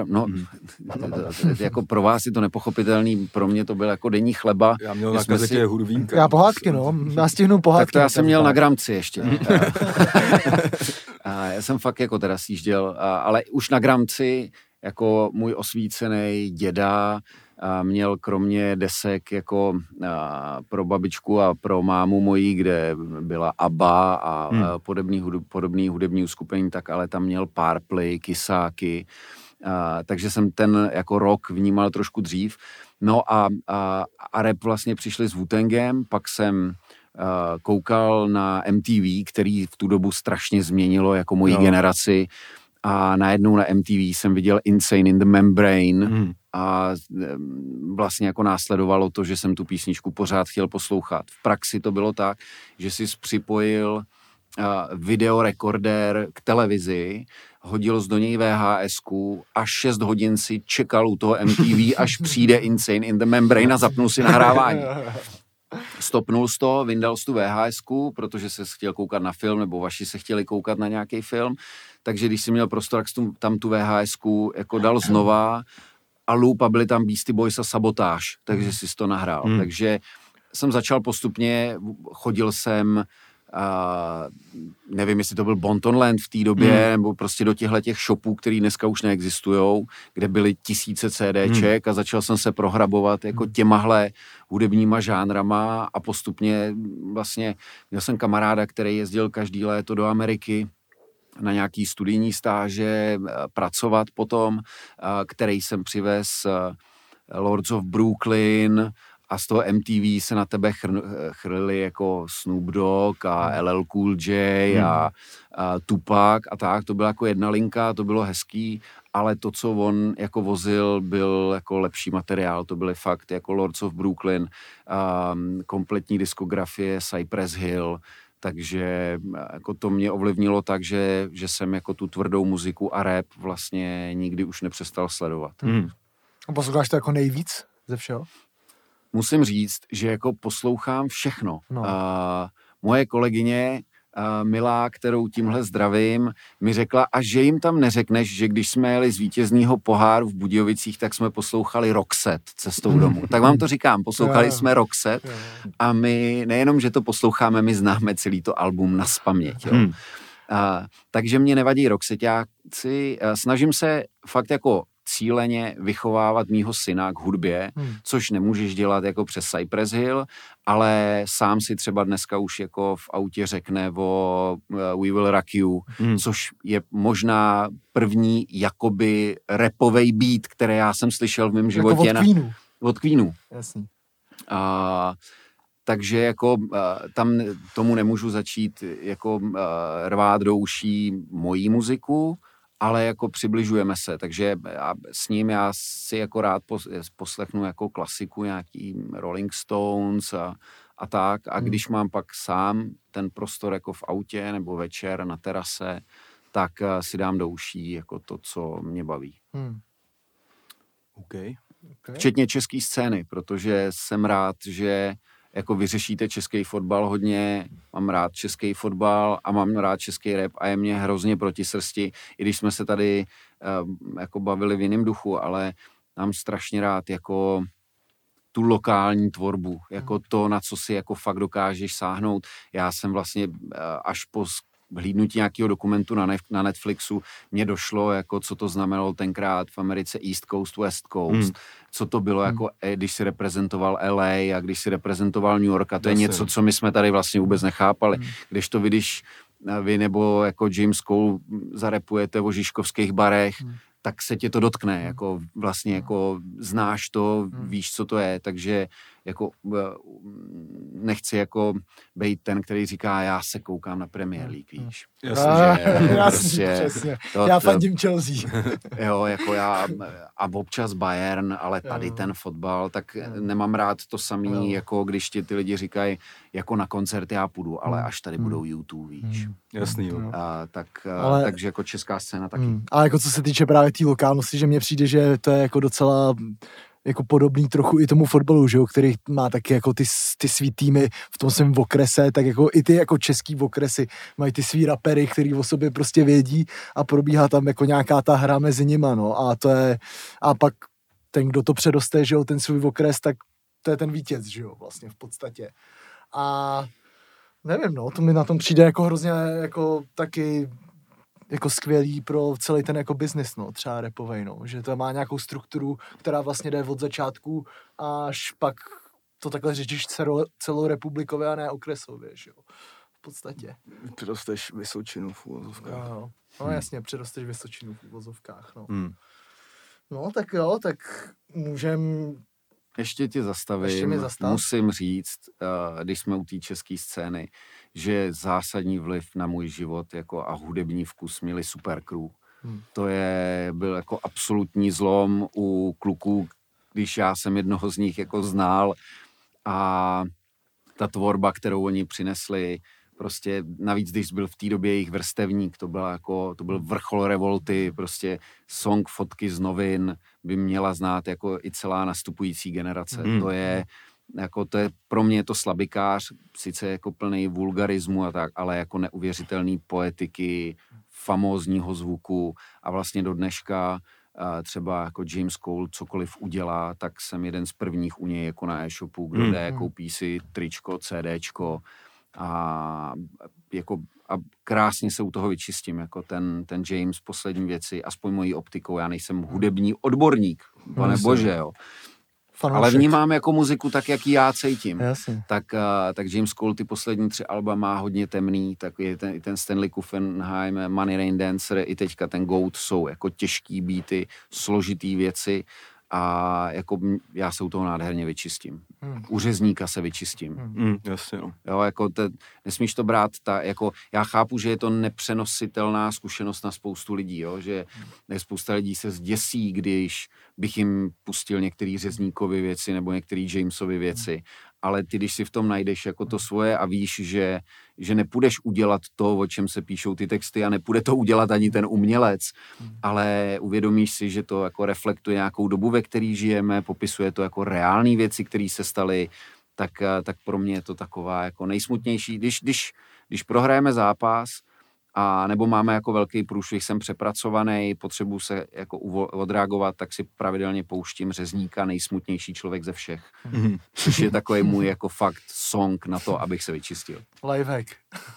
Jako pro vás je to nepochopitelný, pro mě to byl jako denní chleba. Já měl na kazetě hudbínka. Já pohádky, no. Já stihnu pohádky. Tak to já jsem měl na Gramci ještě. A já jsem fakt jako teda sjížděl, ale už na Gramci jako můj osvícený děda měl kromě desek jako pro babičku a pro mámu mojí, kde byla ABBA a podobný hudební uskupení, tak ale tam měl Purpley, Kysáky, takže jsem ten jako rok vnímal trošku dřív. No a rap vlastně přišli s Wu-Tangem, pak jsem koukal na MTV, který v tu dobu strašně změnilo jako moji generaci a najednou na MTV jsem viděl Insane in the Membrane a vlastně jako následovalo to, že jsem tu písničku pořád chtěl poslouchat. V praxi to bylo tak, že jsi videorekordér k televizi, hodil do něj VHS-ku a 6 hodin si čekal u toho MTV, až přijde Insane in the Membrane a zapnul si nahrávání. Stopnul jsi to, vyndal jsi tu VHS-ku, protože se chtěl koukat na film, nebo vaši se chtěli koukat na nějaký film, takže když jsi měl prostor, tak jsi tam tu VHS-ku jako dal znova a loop a byli tam Beastie Boys a Sabotáž, takže jsi to nahrál. Takže jsem začal postupně, chodil jsem, nevím, jestli to byl Bontonland v té době, nebo prostě do těch shopů, který dneska už neexistujou, kde byly tisíce CDček a začal jsem se prohrabovat jako těmahle hudebníma žánrama a postupně vlastně měl jsem kamaráda, který jezdil každý léto do Ameriky na nějaký studijní stáže, pracovat potom, který jsem přivez Lords of Brooklyn a z toho MTV se na tebe chrlili jako Snoop Dogg a LL Cool J a Tupac a tak, to byla jako jedna linka, to bylo hezký, ale to, co on jako vozil, byl jako lepší materiál, to byly fakt jako Lords of Brooklyn, kompletní diskografie Cypress Hill, takže jako to mě ovlivnilo tak, že jsem jako tu tvrdou muziku a rap vlastně nikdy už nepřestal sledovat. A posloucháš to jako nejvíc ze všeho? Musím říct, že jako poslouchám všechno. Moje kolegyně Milá, kterou tímhle zdravím, mi řekla, a že jim tam neřekneš, že když jsme jeli z vítězného poháru v Budějovicích, tak jsme poslouchali Roxette cestou domů. Tak vám to říkám, poslouchali jsme Roxette a my nejenom, že to posloucháme, my známe celý to album nazpaměť. Takže mě nevadí Roxetťáci, snažím se fakt jako cíleně vychovávat mýho syna k hudbě, což nemůžeš dělat jako přes Cypress Hill, ale sám si třeba dneska už jako v autě řekne o We Will Rock You, což je možná první jakoby rapovej beat, které já jsem slyšel v mém životě. Jako od Queenu. Od Queenu. Jasný. Takže jako tam tomu nemůžu začít jako rvát do uší mojí muziku, ale jako přibližujeme se, takže s ním já si jako rád poslechnu jako klasiku, nějaký Rolling Stones a tak. A když mám pak sám ten prostor jako v autě nebo večer na terase, tak si dám do uší jako to, co mě baví. Okay. Včetně české scény, protože jsem rád, že jako vyřešíte český fotbal hodně, mám rád český fotbal a mám rád český rap a je mě hrozně proti srsti, i když jsme se tady jako bavili v jiném duchu, ale mám strašně rád jako tu lokální tvorbu, jako to, na co si jako fakt dokážeš sáhnout. Já jsem vlastně až po hlídnutí nějakého dokumentu na Netflixu mě došlo, jako co to znamenalo tenkrát v Americe East Coast, West Coast, co to bylo, jako když si reprezentoval LA a když si reprezentoval New York a to je něco, co my jsme tady vlastně vůbec nechápali. Když vy nebo jako James Cole zarepujete o žižkovských barech, tak se tě to dotkne, jako vlastně jako znáš to, víš, co to je, takže jako nechci jako být ten, který říká, já se koukám na Premier League, víš. Jasně, přesně. Já fandím Chelsea. Jo, jako já a občas Bayern, ale tady ten fotbal, tak nemám rád to samý, jako když ti ty lidi říkají, jako na koncert já půjdu, ale až tady budou YouTube, víš. Jasný, jo. Takže jako česká scéna taky. Ale jako co se týče právě té lokálnosti, že mně přijde, že to je jako docela jako podobný trochu i tomu fotbalu, že jo, který má taky jako ty svý týmy v tom svém okrese, tak jako i ty jako český okresy mají ty svý rapery, který o sobě prostě vědí a probíhá tam jako nějaká ta hra mezi nima, no, a to je, a pak ten, kdo to předoste, že jo, ten svůj okres, tak to je ten vítěz, že jo, vlastně v podstatě. A nevím, no, to mi na tom přijde jako hrozně jako taky jako skvělý pro celý ten jako business, no, třeba rapovej, no, že to má nějakou strukturu, která vlastně jde od začátku až pak to takhle řečíš celou republikově a ne okresově, že jo, v podstatě. Předosteš Vysočinu v uvozovkách. No jasně, předosteš Vysočinu v uvozovkách, no. No tak jo, tak můžem... Ještě tě zastavím, musím říct, když jsme u té české scény, že zásadní vliv na můj život jako a hudební vkus měli Super Crew. To byl jako absolutní zlom u kluků, když já jsem jednoho z nich jako znal a ta tvorba, kterou oni přinesli, prostě navíc, když byl v té době jejich vrstevník, to byl vrchol revolty, prostě song Fotky z novin by měla znát jako i celá nastupující generace. To je pro mě to slabikář, sice jako plný vulgarismu a tak, ale jako neuvěřitelný poetiky, famózního zvuku a vlastně do dneška třeba jako James Cole cokoliv udělá, tak jsem jeden z prvních u něj jako na e-shopu, kdo jde, koupí si tričko, CDčko, a krásně se u toho vyčistím, jako ten James, poslední věci, aspoň mojí optikou, já nejsem hudební odborník, pane bože, jo. Fanoušek. Ale vnímám jako muziku tak, jak ji já cítím. Tak James Cole ty poslední 3 alba má hodně temný, tak je ten Stanley Kuffenheim, Money Rain Dancer, i teďka ten Goat jsou jako těžký beaty, složitý věci a jako já se u toho nádherně vyčistím. U řezníka se vyčistím. Jasně, no. Jo, jako nesmíš to brát, jako já chápu, že je to nepřenositelná zkušenost na spoustu lidí, jo, že spousta lidí se zděsí, když bych jim pustil některé řezníkovy věci nebo některé Jamesovy věci, ale ty, když si v tom najdeš jako to svoje a víš, že nepůjdeš udělat to, o čem se píšou ty texty a nepůjde to udělat ani ten umělec, ale uvědomíš si, že to jako reflektuje nějakou dobu, ve který žijeme, popisuje to jako reální věci, které se staly, tak pro mě je to taková jako nejsmutnější. Když prohrajeme zápas a nebo máme jako velký průšvih, jsem přepracovaný, potřebuji se jako odreagovat, tak si pravidelně pouštím Řezníka, nejsmutnější člověk ze všech. Což je takový můj jako fakt song na to, abych se vyčistil. Lifehack.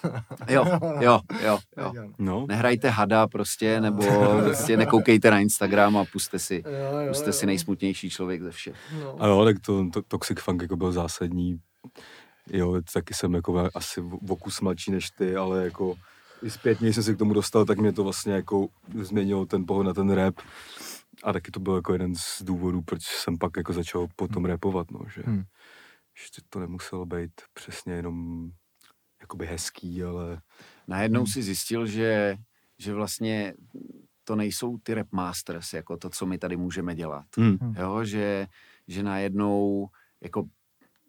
Jo. No. Nehrajte hada prostě, nebo prostě nekoukejte na Instagram a puste si nejsmutnější člověk ze všech. No. A jo, tak to Toxic Funk jako byl zásadní. Jo, taky jsem jako asi o kus mladší než ty, ale jako i zpětně jsem se k tomu dostal, tak mě to vlastně jako změnilo ten pohled na ten rap. A taky to byl jako jeden z důvodů, proč jsem pak jako začal potom rapovat, no, že to nemuselo být přesně jenom jakoby hezký, ale... Najednou si zjistil, že vlastně to nejsou ty rap masters, jako to, co my tady můžeme dělat. Jo, že najednou jako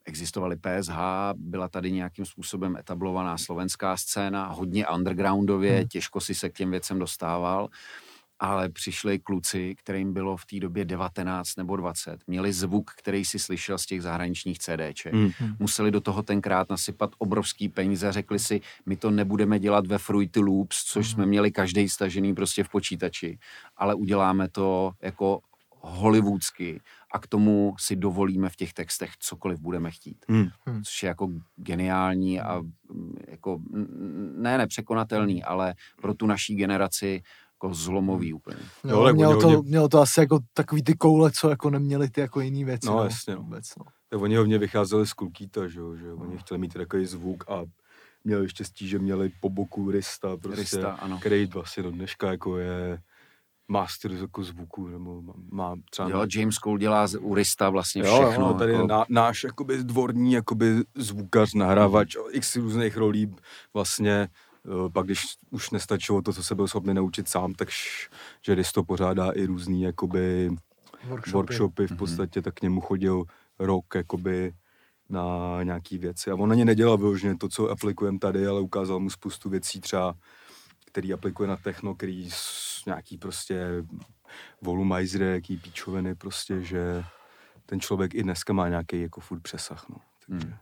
existovaly PSH, byla tady nějakým způsobem etablovaná slovenská scéna, hodně undergroundově, těžko si se k těm věcem dostával, ale přišli kluci, kterým bylo v té době 19 nebo 20. Měli zvuk, který si slyšel z těch zahraničních CDček. Museli do toho tenkrát nasypat obrovský peníze, řekli si, my to nebudeme dělat ve Fruity Loops, což jsme měli každý stažený prostě v počítači, ale uděláme to jako hollywoodsky a k tomu si dovolíme v těch textech cokoliv budeme chtít. Což je jako geniální a jako ne nepřekonatelný, ale pro tu naší generaci jako zlomový úplně. No, mělo to asi jako takový ty koule, co jako neměli ty jako jiný věci. No, jasně. Vůbec, no. Tak oni hodně vycházeli z Kulkýta, že oni chtěli mít takový zvuk a měli štěstí, že měli po boku Rista, prostě, který vlastně do dneška jako je master jako zvuku, nebo má třeba... Jo, James Cole dělá u Rista vlastně všechno. Jo, tady jako... náš jakoby dvorní jakoby zvukař, nahrávač, x různých rolí vlastně. Pak když už nestačilo to, co se byl schopný naučit sám, takže Risto pořádá i různý jakoby workshopy v podstatě, tak k němu chodil rok jakoby na nějaký věci. A on na ně nedělal vyloženě to, co aplikujeme tady, ale ukázal mu spoustu věcí třeba, který aplikuje na techno, který nějaký prostě volumizer, jaký píčoviny prostě, že ten člověk i dneska má nějaký jako furt přesah, no. Takže,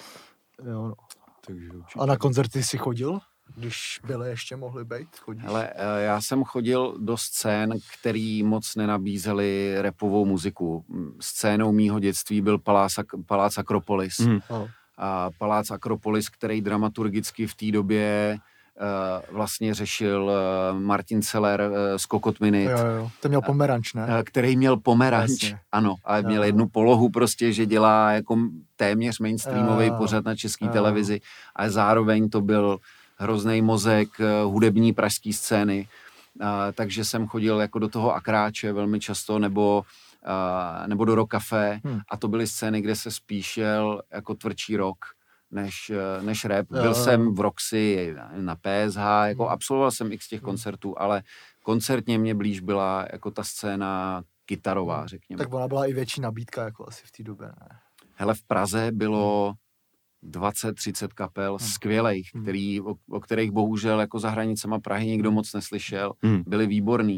jo, no. Takže určitě. A na koncerty jsi chodil? Když byly ještě mohly být? Hele, já jsem chodil do scén, který moc nenabízely rapovou muziku. Scénou mýho dětství byl Palác Akropolis. A Palác Akropolis, který dramaturgicky v té době vlastně řešil Martin Celer z Kokot Minute. Jo. Ten měl pomeranč, ne? Který měl pomeranč, vlastně. Ano. Ale měl jednu polohu prostě, že dělá jako téměř mainstreamový pořad na české televizi, ale zároveň to byl hroznej mozek hudební pražské scény. Takže jsem chodil jako do toho Akráče velmi často, nebo do Rock Café. A to byly scény, kde se spíš šel jako tvrdší rock, než rap. Byl jsem v Roxy, na PSH, jako absolvoval jsem x těch koncertů, ale koncertně mě blíž byla jako ta scéna kytarová, řekněme. Tak ona byla i větší nabídka, jako asi v té době, ne? Hele, v Praze bylo 20-30 kapel skvělejch, o kterých bohužel jako za hranicema Prahy nikdo moc neslyšel. Byli výborný.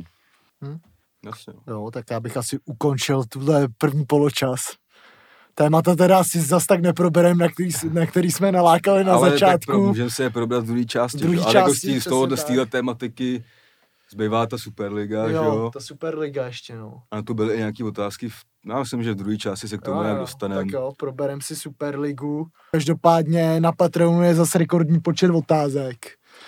Jo, tak já bych asi ukončil tuhle první poločas. Témata teda asi zas tak neproberem, na který jsme nalákali na začátku. Ale můžeme se je probrat v druhé části. Ale jako z téhle tématiky zbývá ta Superliga, jo? Jo, ta Superliga ještě, no. A to byly i nějaké otázky, já myslím, že v druhé části se k tomu nějak dostaneme. Tak jo, proberem si Superligu. Každopádně na Patreonu je zase rekordní počet otázek.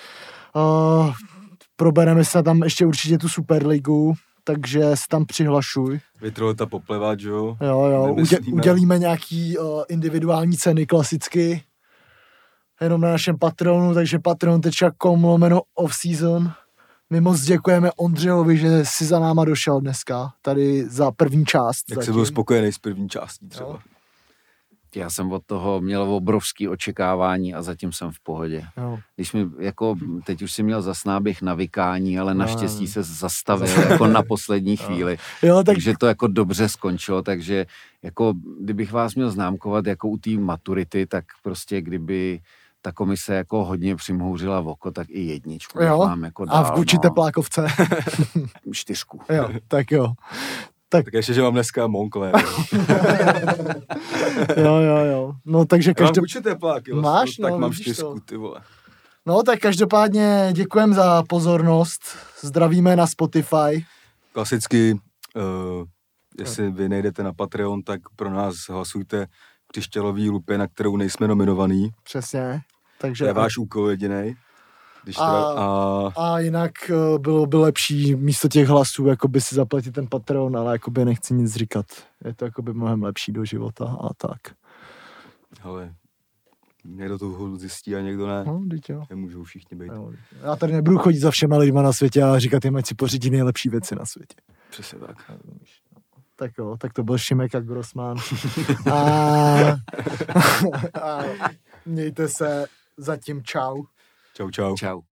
Probereme se tam ještě určitě tu Superligu, takže se tam přihlašuj. Vytroleta poplevat, jo? Jo, udělíme nějaký individuální ceny klasicky. Jenom na našem Patreonu, takže patreon.com/offseason. My moc děkujeme Ondřejovi, že si za náma došel dneska, tady za první část. Jak jsi byl spokojený s první částí třeba? Jo. Já jsem od toho měl obrovský očekávání a zatím jsem v pohodě. Jo. Když mi, jako, teď už si měl zas náběh na vykání, ale naštěstí se zastavil jako na poslední chvíli. Jo, takže to jako dobře skončilo, takže jako, kdybych vás měl známkovat jako u té maturity, tak prostě kdyby ta komise jako hodně přimhouřila v oko, tak i jedničku. Jo, mám jako dál, a v Gucci Teplákovce. 4. Jo, tak jo. Tak ještě, že mám dneska Moncler. jo. No, takže Mám Gucci Tepláky, vlastně, máš, tak no, mám 4, ty vole. No, tak každopádně děkujeme za pozornost. Zdravíme na Spotify. Klasicky, jestli vy nejdete na Patreon, tak pro nás hlasujte křišťalový lupě, na kterou nejsme nominovaný. Přesně. Takže to je váš úkol jedinej. A jinak bylo by lepší místo těch hlasů jakoby si zaplatit ten Patreon, ale jakoby nechci nic říkat. Je to jakoby mnohem lepší do života a tak. Ale někdo to zjistí a někdo ne. No, jo. Nemůžou všichni být. Jo. Já tady nebudu chodit za všema lidma na světě a říkat jim, ať si pořídí nejlepší věci na světě. Přesně tak. Tak jo, tak to byl Šimek a Grossman. A mějte se zatím, čau. Čau. Čau.